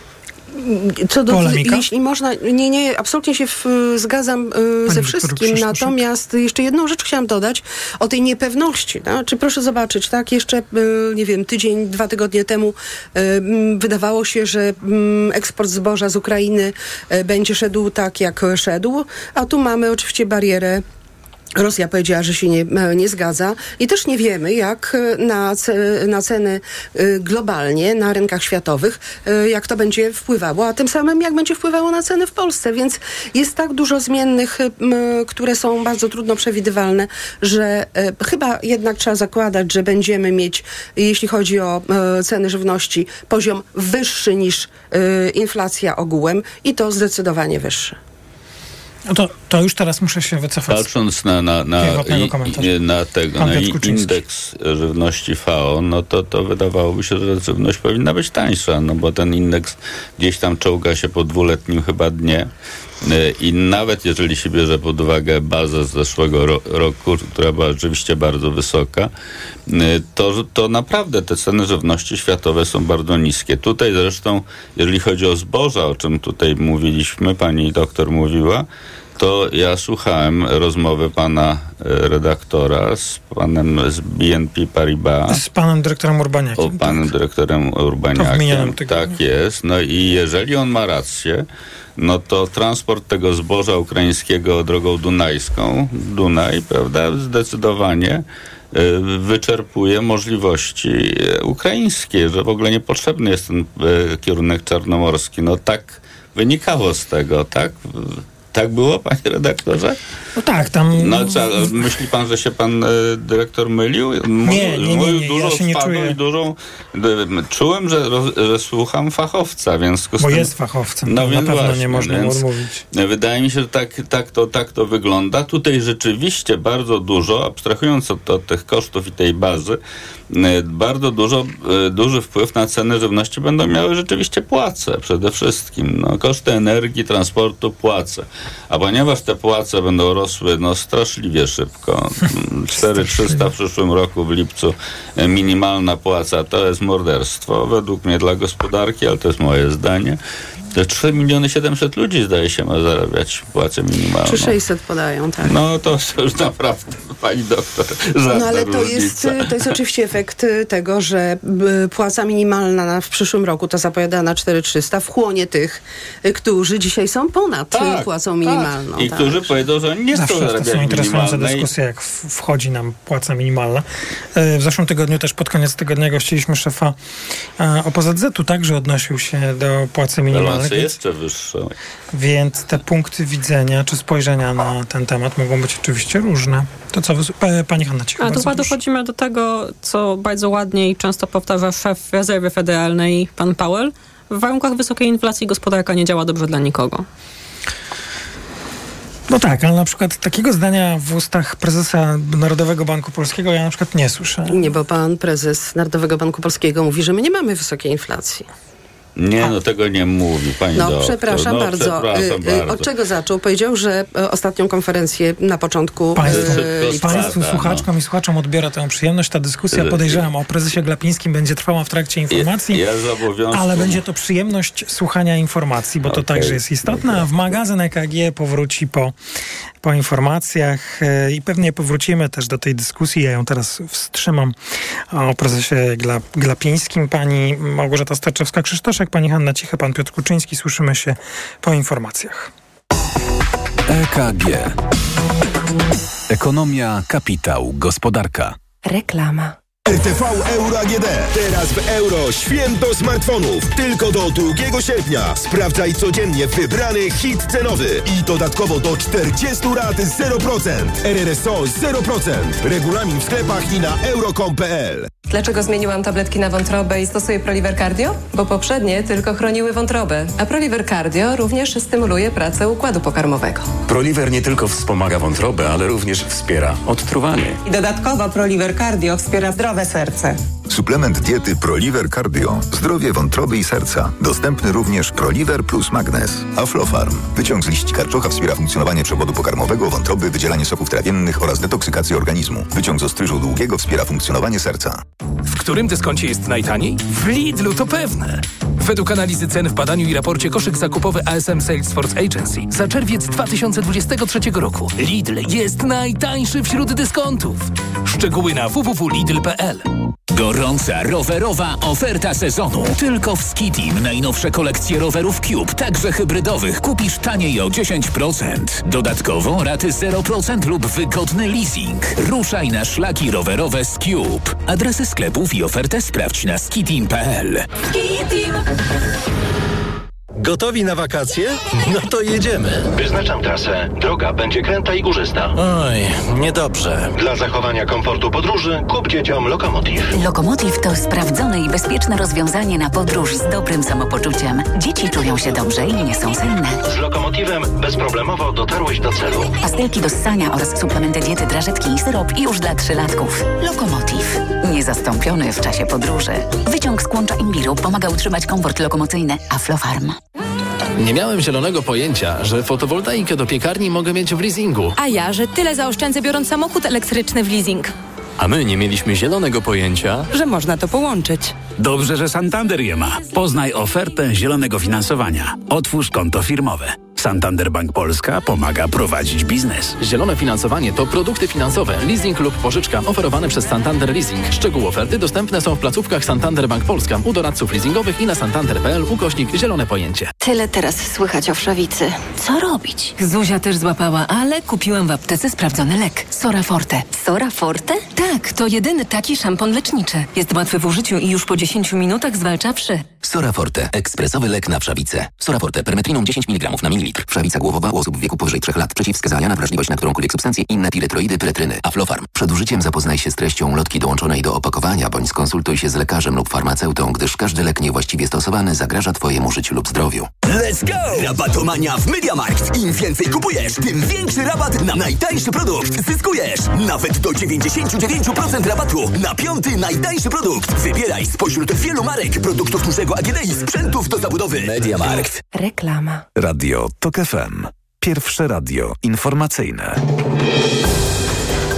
Jeśli można, nie, absolutnie się zgadzam ze wszystkim, natomiast jeszcze jedną rzecz chciałam dodać o tej niepewności. Tak? Czy proszę zobaczyć, tak, jeszcze, nie wiem, tydzień, 2 tygodnie temu wydawało się, że eksport zboża z Ukrainy będzie szedł tak, jak szedł, a tu mamy oczywiście barierę. Rosja powiedziała, że się nie zgadza i też nie wiemy, jak na ceny globalnie, na rynkach światowych, jak to będzie wpływało, a tym samym jak będzie wpływało na ceny w Polsce, więc jest tak dużo zmiennych, które są bardzo trudno przewidywalne, że chyba jednak trzeba zakładać, że będziemy mieć, jeśli chodzi o ceny żywności, poziom wyższy niż inflacja ogółem i to zdecydowanie wyższy. No to już teraz muszę się wycofać. Patrząc na indeks żywności FAO, no to wydawałoby się, że żywność powinna być tańsza, no bo ten indeks gdzieś tam czołga się po 2-letnim chyba dnie. I nawet jeżeli się bierze pod uwagę bazę z zeszłego roku, która była rzeczywiście bardzo wysoka, to naprawdę te ceny żywności światowe są bardzo niskie. Tutaj zresztą, jeżeli chodzi o zboża, o czym tutaj mówiliśmy, pani doktor mówiła, to ja słuchałem rozmowy pana redaktora z panem z BNP Paribas. Z panem dyrektorem Urbaniakiem. Panem dyrektorem Urbaniakiem. Tak jest. No i jeżeli on ma rację, no to transport tego zboża ukraińskiego drogą dunajską, Dunaj, prawda, zdecydowanie wyczerpuje możliwości ukraińskie, że w ogóle niepotrzebny jest ten kierunek czarnomorski. No tak wynikało z tego, tak? Tak było, panie redaktorze? No tak, tam... No co, myśli pan, że się pan dyrektor mylił? Nie, ja się nie czuję. Czułem, że słucham fachowca, więc... Bo jest fachowcem, no, na pewno nie można mu odmówić. Wydaje mi się, że tak to wygląda. Tutaj rzeczywiście bardzo dużo, abstrahując od tych kosztów i tej bazy, bardzo duży wpływ na ceny żywności będą miały rzeczywiście płace przede wszystkim. No, koszty energii, transportu, płace. A ponieważ te płace będą rosły straszliwie szybko, 4300 w przyszłym roku w lipcu minimalna płaca, to jest morderstwo według mnie dla gospodarki, ale to jest moje zdanie. 3 700 000 ludzi, zdaje się, ma zarabiać płacę minimalną. 3600 podają, tak. No to już naprawdę pani doktor. No ale to jest oczywiście efekt tego, że płaca minimalna w przyszłym roku, ta zapowiadana 4300, wchłonie tych, którzy dzisiaj są ponad płacą minimalną. I którzy powiedzą, że nie chcą zarabiać to są interesujące minimalnej. dyskusje, jak wchodzi nam płaca minimalna. W zeszłym tygodniu też pod koniec tygodnia gościliśmy szefa OPZZ-u, także odnosił się do płacy minimalnej. Jeszcze wyższą. Więc te punkty widzenia czy spojrzenia na ten temat mogą być oczywiście różne. To co, pani Hanna Cicha? A tu chyba dochodzimy do tego, co bardzo ładnie i często powtarza szef Rezerwy Federalnej, pan Powell. W warunkach wysokiej inflacji gospodarka nie działa dobrze dla nikogo. No tak, ale na przykład takiego zdania w ustach prezesa Narodowego Banku Polskiego ja na przykład nie słyszę. Nie, bo pan prezes Narodowego Banku Polskiego mówi, że my nie mamy wysokiej inflacji. Nie, tego nie mówi pani doktor. Przepraszam bardzo. Od czego zaczął? Powiedział, że ostatnią konferencję na początku Państwu słuchaczkom i słuchaczom odbiorę tę przyjemność. Ta dyskusja, podejrzewam, o prezesie Glapińskim będzie trwała w trakcie informacji, ale będzie to przyjemność słuchania informacji, bo to także jest istotne. A w magazyn EKG powróci po informacjach i pewnie powrócimy też do tej dyskusji. Ja ją teraz wstrzymam o prezesie Glapińskim. Pani Małgorzata Starczewska-Krzysztoszek, pani Hanna Cicha, pan Piotr Kuczyński. Słyszymy się po informacjach. EKG. Ekonomia, kapitał, gospodarka. Reklama. RTV Euro AGD. Teraz w euro święto smartfonów. Tylko do 2 sierpnia. Sprawdzaj codziennie wybrany hit cenowy. I dodatkowo do 40 lat 0%. RRSO 0%. Regulamin w sklepach i na euro.com.pl. Dlaczego zmieniłam tabletki na wątrobę i stosuję Proliver Cardio? Bo poprzednie tylko chroniły wątrobę, a Proliver Cardio również stymuluje pracę układu pokarmowego. Proliver nie tylko wspomaga wątrobę, ale również wspiera odtruwanie. I dodatkowo Proliver Cardio wspiera zdrowe serce. Suplement diety Proliver Cardio. Zdrowie wątroby i serca. Dostępny również Proliver plus Magnes. Aflofarm. Wyciąg z liści karczocha wspiera funkcjonowanie przewodu pokarmowego, wątroby, wydzielanie soków trawiennych oraz detoksykację organizmu. Wyciąg z ostryżu długiego wspiera funkcjonowanie serca. W którym dyskoncie jest najtaniej? W Lidlu, to pewne. Według analizy cen w badaniu i raporcie koszyk zakupowy ASM Salesforce Agency za czerwiec 2023 roku Lidl jest najtańszy wśród dyskontów. Szczegóły na www.lidl.pl. Gorąca rowerowa oferta sezonu. Tylko w Skitim najnowsze kolekcje rowerów Cube, także hybrydowych, kupisz taniej o 10%. Dodatkowo raty 0% lub wygodny leasing. Ruszaj na szlaki rowerowe z Cube. Adresy sklepów i ofertę sprawdź na skitim.pl. Skitim! Gotowi na wakacje? No to jedziemy. Wyznaczam trasę. Droga będzie kręta i górzysta. Oj, niedobrze. Dla zachowania komfortu podróży kup dzieciom Lokomotiv. Lokomotiv to sprawdzone i bezpieczne rozwiązanie na podróż z dobrym samopoczuciem. Dzieci czują się dobrze i nie są senne. Z Lokomotivem bezproblemowo dotarłeś do celu. Pastelki do ssania oraz suplementy diety, drażetki i syrop już dla 3-latków. Lokomotiv. Niezastąpiony w czasie podróży. Wyciąg z kłącza imbiru pomaga utrzymać komfort lokomocyjny. Aflofarm. Nie miałem zielonego pojęcia, że fotowoltaikę do piekarni mogę mieć w leasingu. A ja, że tyle zaoszczędzę biorąc samochód elektryczny w leasing. A my nie mieliśmy zielonego pojęcia, że można to połączyć. Dobrze, że Santander je ma. Poznaj ofertę zielonego finansowania. Otwórz konto firmowe. Santander Bank Polska pomaga prowadzić biznes. Zielone finansowanie to produkty finansowe, leasing lub pożyczka oferowane przez Santander Leasing. Szczegóły oferty dostępne są w placówkach Santander Bank Polska, u doradców leasingowych i na santander.pl/zielone pojęcie. Tyle teraz słychać o wszawicy. Co robić? Zuzia też złapała, ale kupiłam w aptece sprawdzony lek. Sora Forte. Sora Forte? Tak, to jedyny taki szampon leczniczy. Jest łatwy w użyciu i już po 10 minutach zwalcza wszy. Sora Forte. Ekspresowy lek na wszawicę. Sora Forte. Permetriną 10 mg na mililitr. Wszawica głowowa u osób w wieku powyżej 3 lat. Przeciwwskazania na wrażliwość na którąkolwiek substancję. Inne piretroidy, piretryny. Aflofarm. Przed użyciem zapoznaj się z treścią ulotki dołączonej do opakowania, bądź skonsultuj się z lekarzem lub farmaceutą, gdyż każdy lek niewłaściwie stosowany zagraża Twojemu życiu lub zdrowiu. Let's go! Rabatomania w MediaMarkt. Im więcej kupujesz, tym większy rabat na najtańszy produkt. Zyskujesz nawet do 99% rabatu na 5. najtańszy produkt. Wybieraj spośród wielu marek, produktów dużego AGD i sprzętów do zabudowy. MediaMarkt. Reklama. Radio TOK FM. Pierwsze radio informacyjne.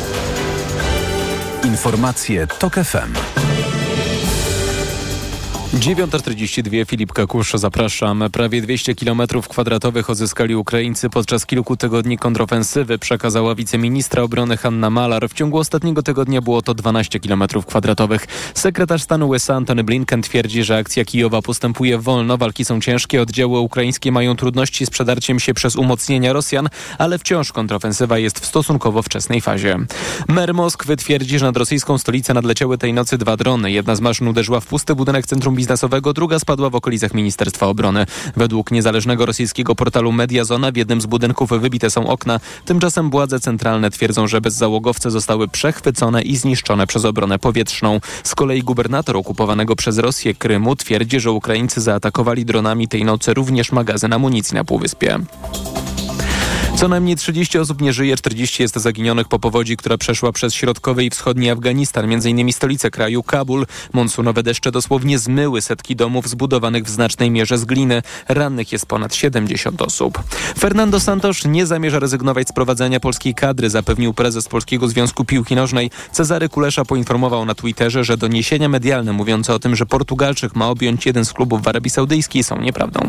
Informacje TOK FM. 9:42, Filip Kakusz, zapraszam. Prawie 200 km² odzyskali Ukraińcy podczas kilku tygodni kontrofensywy, przekazała wiceministra obrony Hanna Malar. W ciągu ostatniego tygodnia było to 12 km². Sekretarz stanu USA Antony Blinken twierdzi, że akcja Kijowa postępuje wolno, walki są ciężkie, oddziały ukraińskie mają trudności z przedarciem się przez umocnienia Rosjan, ale wciąż kontrofensywa jest w stosunkowo wczesnej fazie. Mer Moskwy twierdzi, że nad rosyjską stolicę nadleciały tej nocy 2 drony. Jedna z maszyn uderzyła w pusty budynek centrum biznesowego, druga spadła w okolicach Ministerstwa Obrony. Według niezależnego rosyjskiego portalu Mediazona w jednym z budynków wybite są okna. Tymczasem władze centralne twierdzą, że bezzałogowce zostały przechwycone i zniszczone przez obronę powietrzną. Z kolei gubernator okupowanego przez Rosję Krymu twierdzi, że Ukraińcy zaatakowali dronami tej nocy również magazyn amunicji na Półwyspie. Co najmniej 30 osób nie żyje, 40 jest zaginionych po powodzi, która przeszła przez środkowy i wschodni Afganistan, m.in. stolicę kraju Kabul. Monsunowe deszcze dosłownie zmyły setki domów zbudowanych w znacznej mierze z gliny. Rannych jest ponad 70 osób. Fernando Santos nie zamierza rezygnować z prowadzenia polskiej kadry, zapewnił prezes Polskiego Związku Piłki Nożnej. Cezary Kulesza poinformował na Twitterze, że doniesienia medialne mówiące o tym, że Portugalczyk ma objąć jeden z klubów w Arabii Saudyjskiej, są nieprawdą.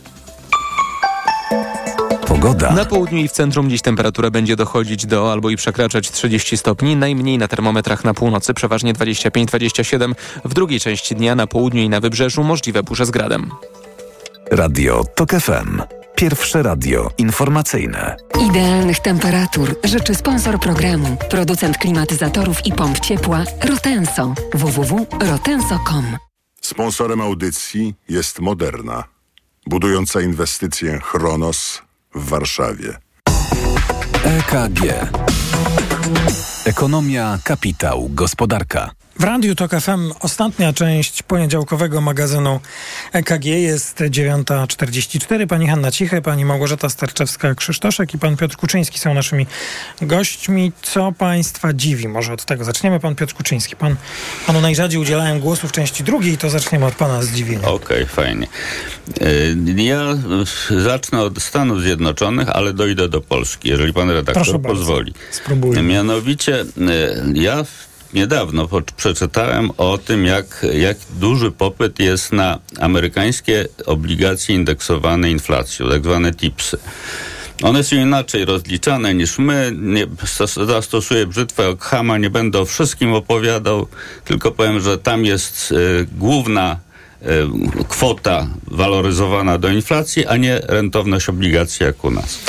Pogoda. Na południu i w centrum dziś temperatura będzie dochodzić do albo i przekraczać 30 stopni. Najmniej na termometrach na północy, przeważnie 25-27. W drugiej części dnia na południu i na wybrzeżu możliwe burze z gradem. Radio TOK FM. Pierwsze radio informacyjne. Idealnych temperatur życzy sponsor programu, producent klimatyzatorów i pomp ciepła Rotenso. www.rotenso.com. Sponsorem audycji jest Moderna, budująca inwestycję Chronos w Warszawie. EKG. Ekonomia, kapitał, gospodarka. W Radiu TOK FM ostatnia część poniedziałkowego magazynu EKG jest 9:44. Pani Hanna Cichy, pani Małgorzata Starczewska-Krzysztoszek i pan Piotr Kuczyński są naszymi gośćmi. Co państwa dziwi? Może od tego zaczniemy. Pan Piotr Kuczyński. Panu najrzadziej udzielałem głosu w części drugiej, to zaczniemy od pana zdziwienia. Okej, fajnie. Ja zacznę od Stanów Zjednoczonych, ale dojdę do Polski, jeżeli pan redaktor pozwoli. Spróbuję. Mianowicie ja niedawno przeczytałem o tym, jak duży popyt jest na amerykańskie obligacje indeksowane inflacją, tak zwane TIPSy. One są inaczej rozliczane niż my. Zastosuję brzytwę Ockhama, nie będę o wszystkim opowiadał, tylko powiem, że tam jest główna kwota waloryzowana do inflacji, a nie rentowność obligacji jak u nas.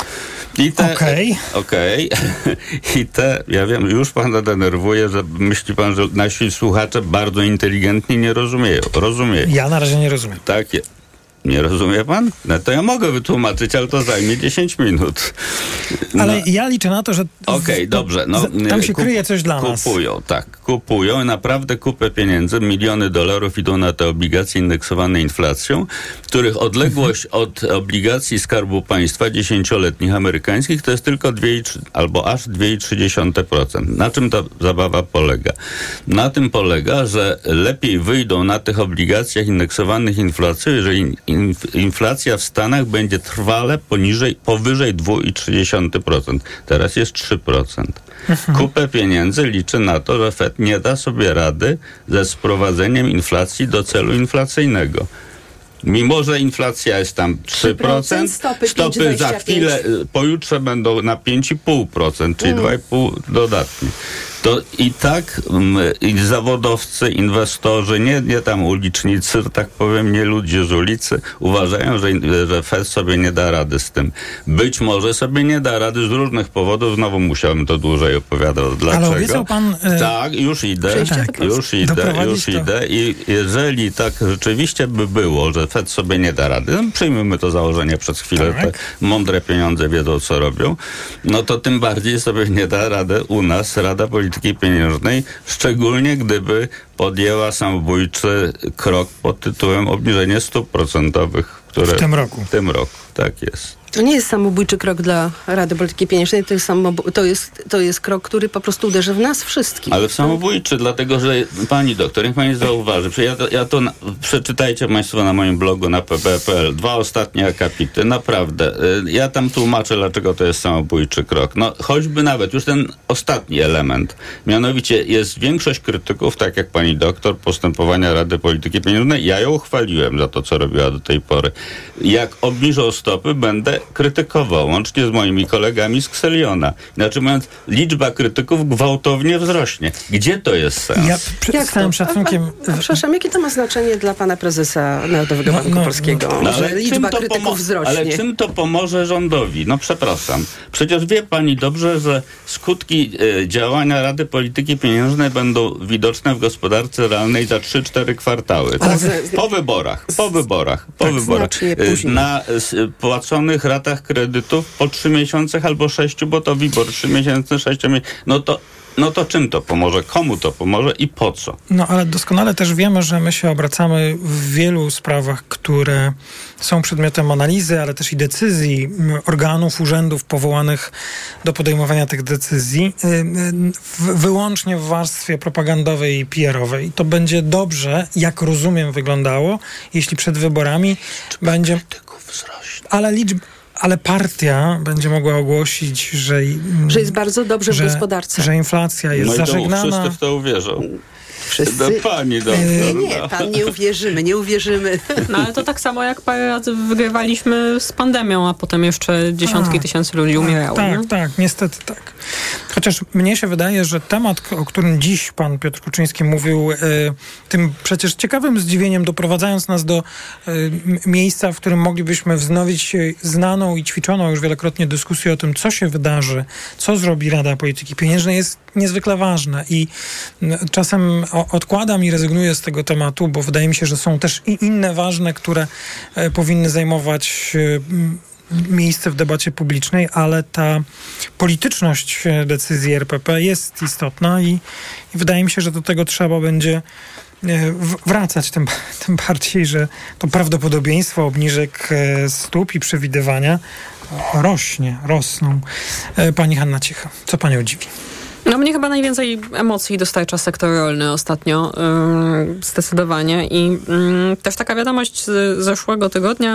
Okej. Ja wiem, już pana denerwuje, że myśli pan, że nasi słuchacze bardzo inteligentnie nie rozumieją. Rozumieją. Ja na razie nie rozumiem. Tak. Nie rozumie pan? No to ja mogę wytłumaczyć, ale to zajmie 10 minut. Ale ja liczę na to, że dobrze. Tam się kryje coś dla nas. Kupują i naprawdę kupę pieniędzy, miliony dolarów idą na te obligacje indeksowane inflacją, których odległość od obligacji Skarbu Państwa 10-letnich amerykańskich to jest tylko 2 albo aż 2,3%. Na czym ta zabawa polega? Na tym polega, że lepiej wyjdą na tych obligacjach indeksowanych inflacją, jeżeli inflacja w Stanach będzie trwale powyżej 2,3%. Teraz jest 3%. Kupę pieniędzy liczy na to, że Fed nie da sobie rady ze sprowadzeniem inflacji do celu inflacyjnego. Mimo że inflacja jest tam 3%, stopy za chwilę, pojutrze będą na 5,5%, czyli 2,5% dodatnie. To i tak zawodowcy, inwestorzy, nie tam ulicznicy, tak powiem, nie ludzie z ulicy, uważają, że Fed sobie nie da rady z tym. Być może sobie nie da rady z różnych powodów, znowu musiałem to dłużej opowiadać. Dlaczego? Ale obiecał pan... Tak, już idę. I jeżeli tak rzeczywiście by było, że Fed sobie nie da rady, przyjmijmy to założenie przez chwilę, te mądre pieniądze wiedzą, co robią, no to tym bardziej sobie nie da rady u nas Rada Polityki Pieniężnej, szczególnie gdyby podjęła samobójczy krok pod tytułem obniżenie stóp procentowych, które w tym roku. Tak jest. To nie jest samobójczy krok dla Rady Polityki Pieniężnej, to jest krok, który po prostu uderzy w nas wszystkich. Ale samobójczy, dlatego że pani doktor, niech pani zauważy, przeczytajcie państwo na moim blogu na pp.pl 2 ostatnie akapity, naprawdę. Ja tam tłumaczę, dlaczego to jest samobójczy krok. No choćby nawet już ten ostatni element. Mianowicie jest większość krytyków, tak jak pani doktor, postępowania Rady Polityki Pieniężnej. Ja ją chwaliłem za to, co robiła do tej pory. Jak obniżą stopy, będę krytykował, łącznie z moimi kolegami z Kseliona. Inaczej mówiąc, liczba krytyków gwałtownie wzrośnie. Gdzie to jest sens? Ja z całym szacunkiem... Przepraszam, jakie to ma znaczenie dla pana prezesa Narodowego Banku Polskiego, że liczba krytyków wzrośnie? Ale czym to pomoże rządowi? No przepraszam. Przecież wie pani dobrze, że skutki działania Rady Polityki Pieniężnej będą widoczne w gospodarce realnej za 3-4 kwartały. Tak? Po wyborach. Na płaconych ratach kredytów po 3 miesiącach albo 6, bo to WIBOR 3 miesięcy, 6 miesięcy. No to czym to pomoże? Komu to pomoże i po co? No ale doskonale też wiemy, że my się obracamy w wielu sprawach, które są przedmiotem analizy, ale też i decyzji organów, urzędów powołanych do podejmowania tych decyzji wyłącznie w warstwie propagandowej i PR-owej. I to będzie dobrze, jak rozumiem, wyglądało, jeśli przed wyborami będzie... Ale partia będzie mogła ogłosić, że jest bardzo dobrze w gospodarce. Że inflacja jest zażegnana. Wszyscy w to uwierzą. Wszyscy? Pani doktor. Nie, pan nie uwierzymy. No ale to tak samo jak parę razy wygrywaliśmy z pandemią, a potem jeszcze dziesiątki tysięcy ludzi umierało. Tak, niestety tak. Chociaż mnie się wydaje, że temat, o którym dziś pan Piotr Kuczyński mówił, tym przecież ciekawym zdziwieniem, doprowadzając nas do miejsca, w którym moglibyśmy wznowić znaną i ćwiczoną już wielokrotnie dyskusję o tym, co się wydarzy, co zrobi Rada Polityki Pieniężnej, jest niezwykle ważne i czasem odkładam i rezygnuję z tego tematu, bo wydaje mi się, że są też i inne ważne, które powinny zajmować miejsce w debacie publicznej, ale ta polityczność decyzji RPP jest istotna i wydaje mi się, że do tego trzeba będzie wracać, tym bardziej, że to prawdopodobieństwo obniżek stóp i przewidywania rosną. Pani Hanna Ciecha, co panią dziwi? No mnie chyba najwięcej emocji dostarcza sektor rolny ostatnio, zdecydowanie. I też taka wiadomość z zeszłego tygodnia,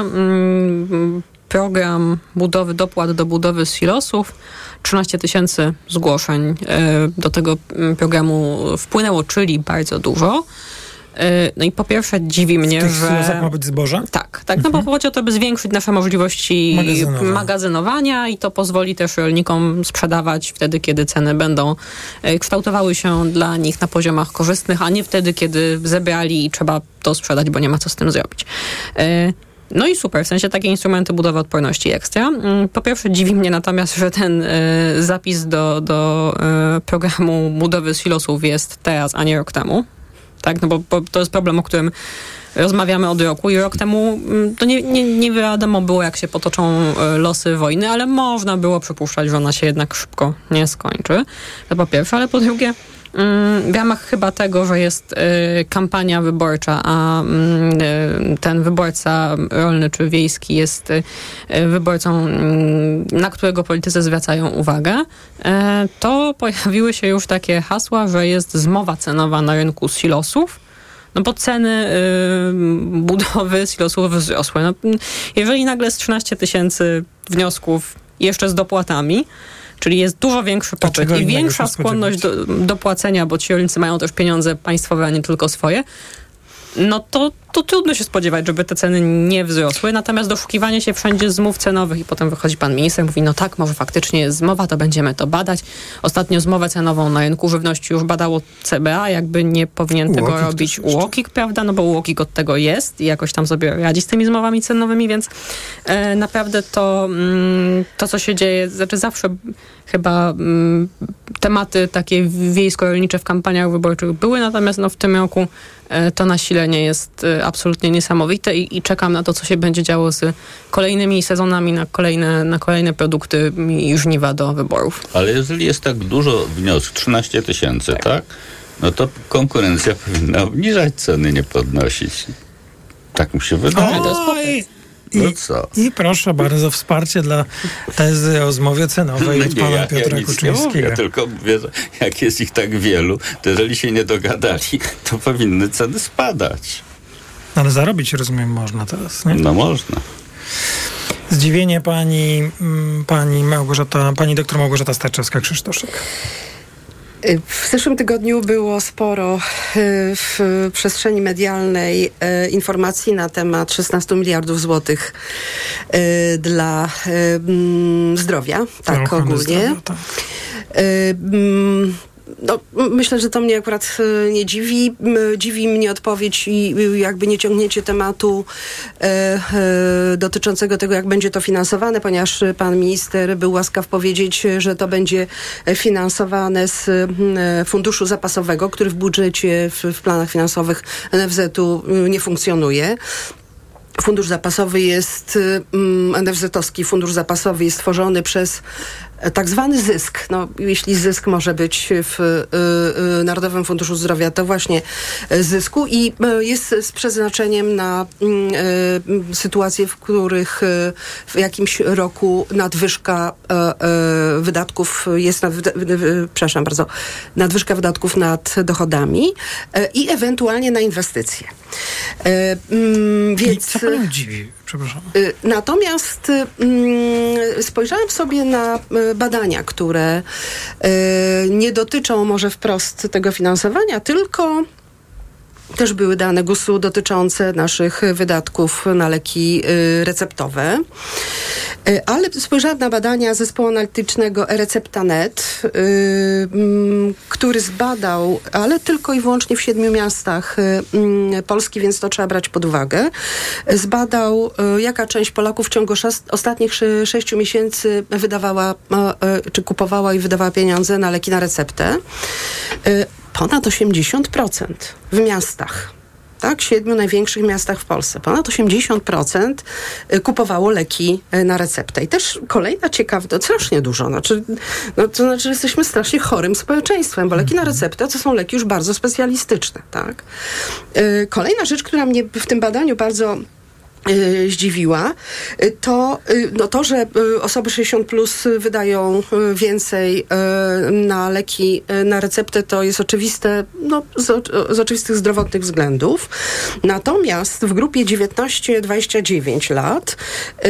program budowy dopłat do budowy silosów, 13 000 zgłoszeń do tego programu wpłynęło, czyli bardzo dużo. No i po pierwsze dziwi mnie, że... W tych silosach ma być zboże? Tak, no bo chodzi o to, by zwiększyć nasze możliwości magazynowania i to pozwoli też rolnikom sprzedawać wtedy, kiedy ceny będą kształtowały się dla nich na poziomach korzystnych, a nie wtedy, kiedy zebrali i trzeba to sprzedać, bo nie ma co z tym zrobić. No i super, w sensie takie instrumenty budowy odporności ekstra. Po pierwsze dziwi mnie natomiast, że ten zapis do programu budowy silosów jest teraz, a nie rok temu. Tak, no bo to jest problem, o którym rozmawiamy od roku i rok temu to nie wiadomo było, jak się potoczą losy wojny, ale można było przypuszczać, że ona się jednak szybko nie skończy. To po pierwsze, ale po drugie w ramach chyba tego, że jest kampania wyborcza, a ten wyborca rolny czy wiejski jest wyborcą, na którego politycy zwracają uwagę, to pojawiły się już takie hasła, że jest zmowa cenowa na rynku silosów, no bo ceny budowy silosów wzrosły. No, jeżeli nagle z 13 000 wniosków jeszcze z dopłatami, czyli jest dużo większy popyt i większa skłonność do płacenia, bo ci rolnicy mają też pieniądze państwowe, a nie tylko swoje, no to trudno się spodziewać, żeby te ceny nie wzrosły. Natomiast doszukiwanie się wszędzie zmów cenowych i potem wychodzi pan minister i mówi, no tak, może faktycznie jest zmowa, to będziemy to badać. Ostatnio zmowę cenową na rynku żywności już badało CBA, jakby nie powinien tego robić UOKiK, prawda? No bo UOKiK od tego jest i jakoś tam sobie radzi z tymi zmowami cenowymi, więc naprawdę to, co się dzieje, znaczy zawsze chyba tematy takie wiejsko-rolnicze w kampaniach wyborczych były, natomiast w tym roku to nasilenie jest absolutnie niesamowite i czekam na to, co się będzie działo z kolejnymi sezonami na kolejne produkty i żniwa do wyborów. Ale jeżeli jest tak dużo wniosków, 13 000, tak? No to konkurencja powinna obniżać ceny, nie podnosić. Tak mi się wydaje. I proszę bardzo, wsparcie dla tezy o zmowie cenowej od pana Piotra Kuczyńskiego. Nie mówię, tylko mówię, że jak jest ich tak wielu, to jeżeli się nie dogadali, to powinny ceny spadać. Ale zarobić, rozumiem, można teraz, nie? No można. Zdziwienie pani doktor Małgorzata Starczewska-Krzysztoszek. W zeszłym tygodniu było sporo w przestrzeni medialnej informacji na temat 16 miliardów złotych dla zdrowia, tak ogólnie. Zdrowia, tak. No, myślę, że to mnie akurat nie dziwi. Dziwi mnie odpowiedź i jakby nie ciągnięcie tematu dotyczącego tego, jak będzie to finansowane, ponieważ pan minister był łaskaw powiedzieć, że to będzie finansowane z funduszu zapasowego, który w budżecie, w planach finansowych NFZ-u nie funkcjonuje. Fundusz zapasowy jest, NFZ-owski fundusz zapasowy jest tworzony przez tak zwany zysk. No, jeśli zysk może być w Narodowym Funduszu Zdrowia, to właśnie zysku i jest z przeznaczeniem na sytuacje, w których w jakimś roku nadwyżka wydatków jest, nadwyżka wydatków nad dochodami i ewentualnie na inwestycje. Więc co panią dziwi? Przepraszam. Natomiast spojrzałam sobie na badania, które nie dotyczą może wprost tego finansowania, tylko też były dane GUS-u dotyczące naszych wydatków na leki receptowe. Ale spojrzałam na badania zespołu analitycznego e-Recepta.net, który zbadał, ale tylko i wyłącznie w 7 miastach Polski, więc to trzeba brać pod uwagę. Zbadał, jaka część Polaków w ciągu ostatnich 6 miesięcy wydawała, czy kupowała i wydawała pieniądze na leki na receptę. Ponad 80% w miastach. Tak, 7 największych miastach w Polsce. Ponad 80% kupowało leki na receptę. I też kolejna ciekawa, to strasznie dużo. To znaczy, że jesteśmy strasznie chorym społeczeństwem, bo leki na receptę to są leki już bardzo specjalistyczne. Tak? Kolejna rzecz, która mnie w tym badaniu bardzo zdziwiła, to, że osoby 60+ wydają więcej na leki na receptę, to jest oczywiste, z oczywistych zdrowotnych względów. Natomiast w grupie 19-29 lat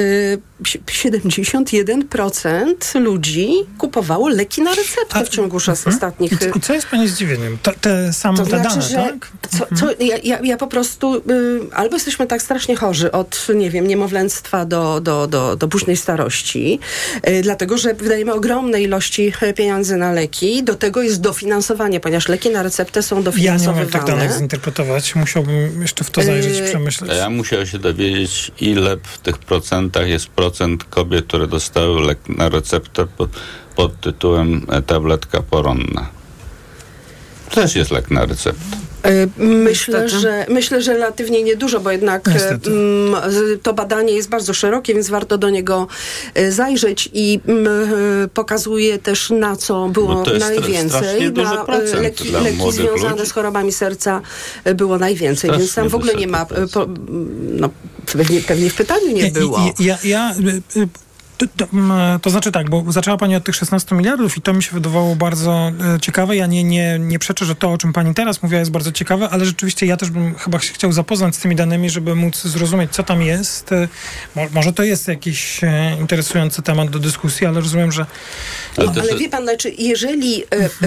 71% ludzi kupowało leki na receptę w ciągu ostatnich... I co jest pani zdziwieniem? Te same te dane, tak? Ja po prostu... albo jesteśmy tak strasznie chorzy od, nie wiem, niemowlęctwa do późnej starości, dlatego, że wydajemy ogromne ilości pieniędzy na leki. Do tego jest dofinansowanie, ponieważ leki na receptę są dofinansowywane. Ja nie umiem tych danych zinterpretować. Musiałbym jeszcze w to zajrzeć i przemyśleć. Ja musiałem się dowiedzieć, ile w tych procentach jest procent kobiet, które dostały lek na receptę pod tytułem tabletka poronna. To też jest lek na receptę. Myślę, że relatywnie niedużo, bo jednak to badanie jest bardzo szerokie, więc warto do niego zajrzeć i pokazuje też, na co było najwięcej. Na leki związane z chorobami serca było najwięcej, więc tam w ogóle nie ma, pewnie w pytaniu nie było. To znaczy tak, bo zaczęła pani od tych 16 miliardów i to mi się wydawało bardzo ciekawe. Ja nie przeczę, że to, o czym pani teraz mówiła, jest bardzo ciekawe, ale rzeczywiście ja też bym chyba się chciał zapoznać z tymi danymi, żeby móc zrozumieć, co tam jest. Może to jest jakiś interesujący temat do dyskusji, ale rozumiem, że... Ale wie pan, znaczy, jeżeli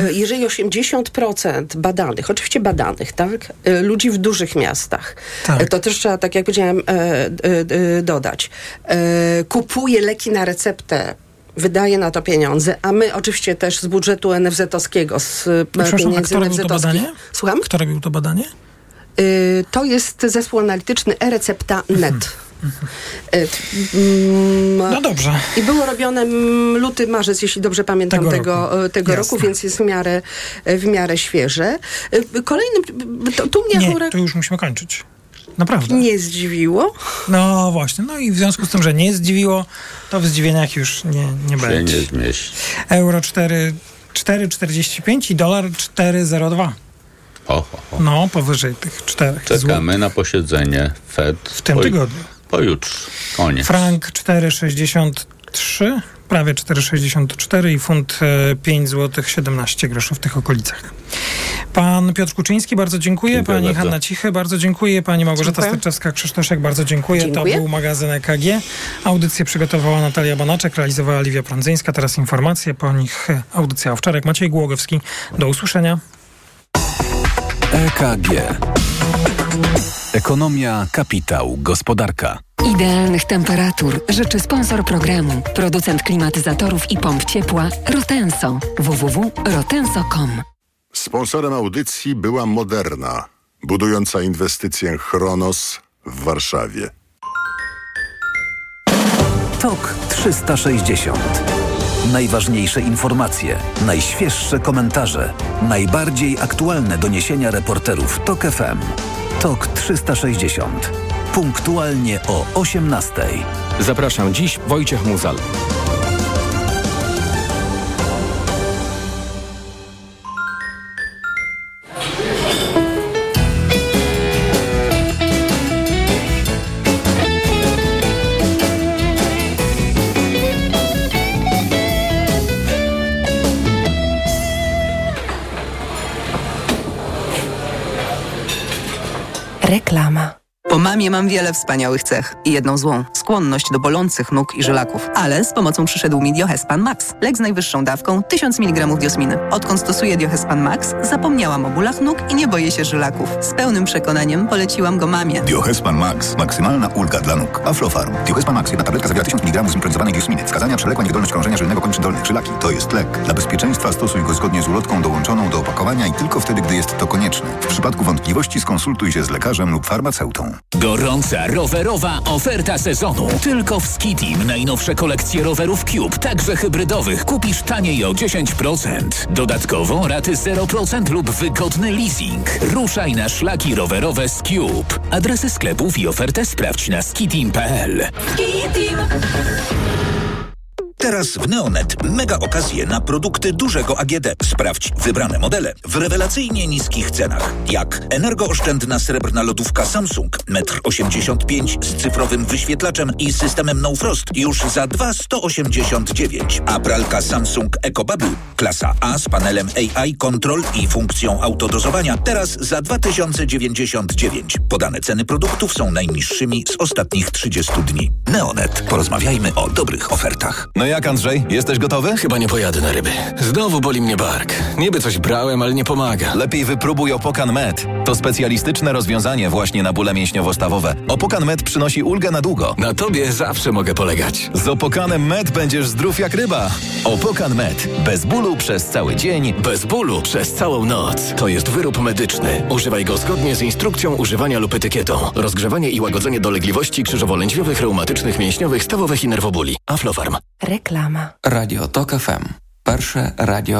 80% badanych, oczywiście badanych, tak, ludzi w dużych miastach, tak. To też trzeba, tak jak powiedziałem, dodać, kupuje leki na receptę, wydaje na to pieniądze, a my oczywiście też z budżetu NFZ-owskiego, z pieniędzy NFZ-owskich. Słucham? Kto robił to badanie? To jest zespół analityczny e-Recepta.net. No dobrze. I było robione luty, marzec, jeśli dobrze pamiętam, tego roku, więc jest w miarę świeże. Kolejnym, tu mnie to już musimy kończyć. Naprawdę. Nie zdziwiło? No właśnie. No i w związku z tym, że nie zdziwiło, to w zdziwieniach już nie będzie. Nie zmieści. Euro 4,45 i dolar 4,02. No, powyżej tych 4. Czekamy na posiedzenie Fed. W tym tygodniu. Pojutrze. Koniec. Frank 4,63, prawie 4,64 i funt 5 zł 17 groszy w tych okolicach. Pan Piotr Kuczyński, bardzo dziękuję. Dziękuję Pani bardzo. Hanna Cichy, bardzo dziękuję. Pani Małgorzata Sterczewska-Krzysztoszek, bardzo dziękuję. Dziękuję. To był magazyn EKG. Audycję przygotowała Natalia Banaczek, realizowała Liwia Prądzyńska. Teraz informacje, po nich audycja o wczoraj. Maciej Głogowski. Do usłyszenia. EKG. Ekonomia, kapitał, gospodarka. Idealnych temperatur życzy sponsor programu, producent klimatyzatorów i pomp ciepła Rotenso. www.rotenso.com. Sponsorem audycji była Moderna, budująca inwestycję Chronos w Warszawie. TOK 360. Najważniejsze informacje, najświeższe komentarze, najbardziej aktualne doniesienia reporterów TOK FM. TOK 360. Punktualnie o 18:00. Zapraszam dziś Wojciech Muzal. Reklama. Po mamie mam wiele wspaniałych cech i jedną złą – skłonność do bolących nóg i żylaków. Ale z pomocą przyszedł mi Diohespan Max. Lek z najwyższą dawką 1000 mg diosminy. Odkąd stosuję Diohespan Max, zapomniałam o bólach nóg i nie boję się żylaków. Z pełnym przekonaniem poleciłam go mamie. Diohespan Max. Maksymalna ulga dla nóg. Aflofarm. Diohespan Max. Jedna tabletka zawiera 1000 mg zimpronizowanej diosminy. Wskazania: przewlekła niewydolność krążenia żylnego kończyn dolnych. Żylaki. To jest lek. Dla bezpieczeństwa stosuj go zgodnie z ulotką dołączoną do opakowania i tylko wtedy, gdy jest to konieczne. W przypadku wątpliwości skonsultuj się z lekarzem lub farmaceutą. Gorąca rowerowa oferta sezonu. Tylko w Skitim najnowsze kolekcje rowerów Cube, także hybrydowych, kupisz taniej o 10%. Dodatkowo raty 0% lub wygodny leasing. Ruszaj na szlaki rowerowe z Cube. Adresy sklepów i ofertę sprawdź na skitim.pl. Skitim. Teraz w Neonet mega okazje na produkty dużego AGD. Sprawdź wybrane modele w rewelacyjnie niskich cenach. Jak energooszczędna srebrna lodówka Samsung 1,85 m z cyfrowym wyświetlaczem i systemem No Frost już za 2,189 €. A pralka Samsung EcoBubble klasa A z panelem AI Control i funkcją autodozowania teraz za 2099. Podane ceny produktów są najniższymi z ostatnich 30 dni. Neonet. Porozmawiajmy o dobrych ofertach. No jak, Andrzej? Jesteś gotowy? Chyba nie pojadę na ryby. Znowu boli mnie bark. Niby coś brałem, ale nie pomaga. Lepiej wypróbuj Opokan Med. To specjalistyczne rozwiązanie właśnie na bóle mięśniowo-stawowe. Opokan Med przynosi ulgę na długo. Na tobie zawsze mogę polegać. Z Opokanem Med będziesz zdrów jak ryba. Opokan Med. Bez bólu przez cały dzień. Bez bólu przez całą noc. To jest wyrób medyczny. Używaj go zgodnie z instrukcją używania lub etykietą. Rozgrzewanie i łagodzenie dolegliwości krzyżowo-lędźwiowych, reumatycznych, mięśniowych, stawowych i nerwobóli. Aflofarm. Reklama. Radio TOK FM. Pierwsze radio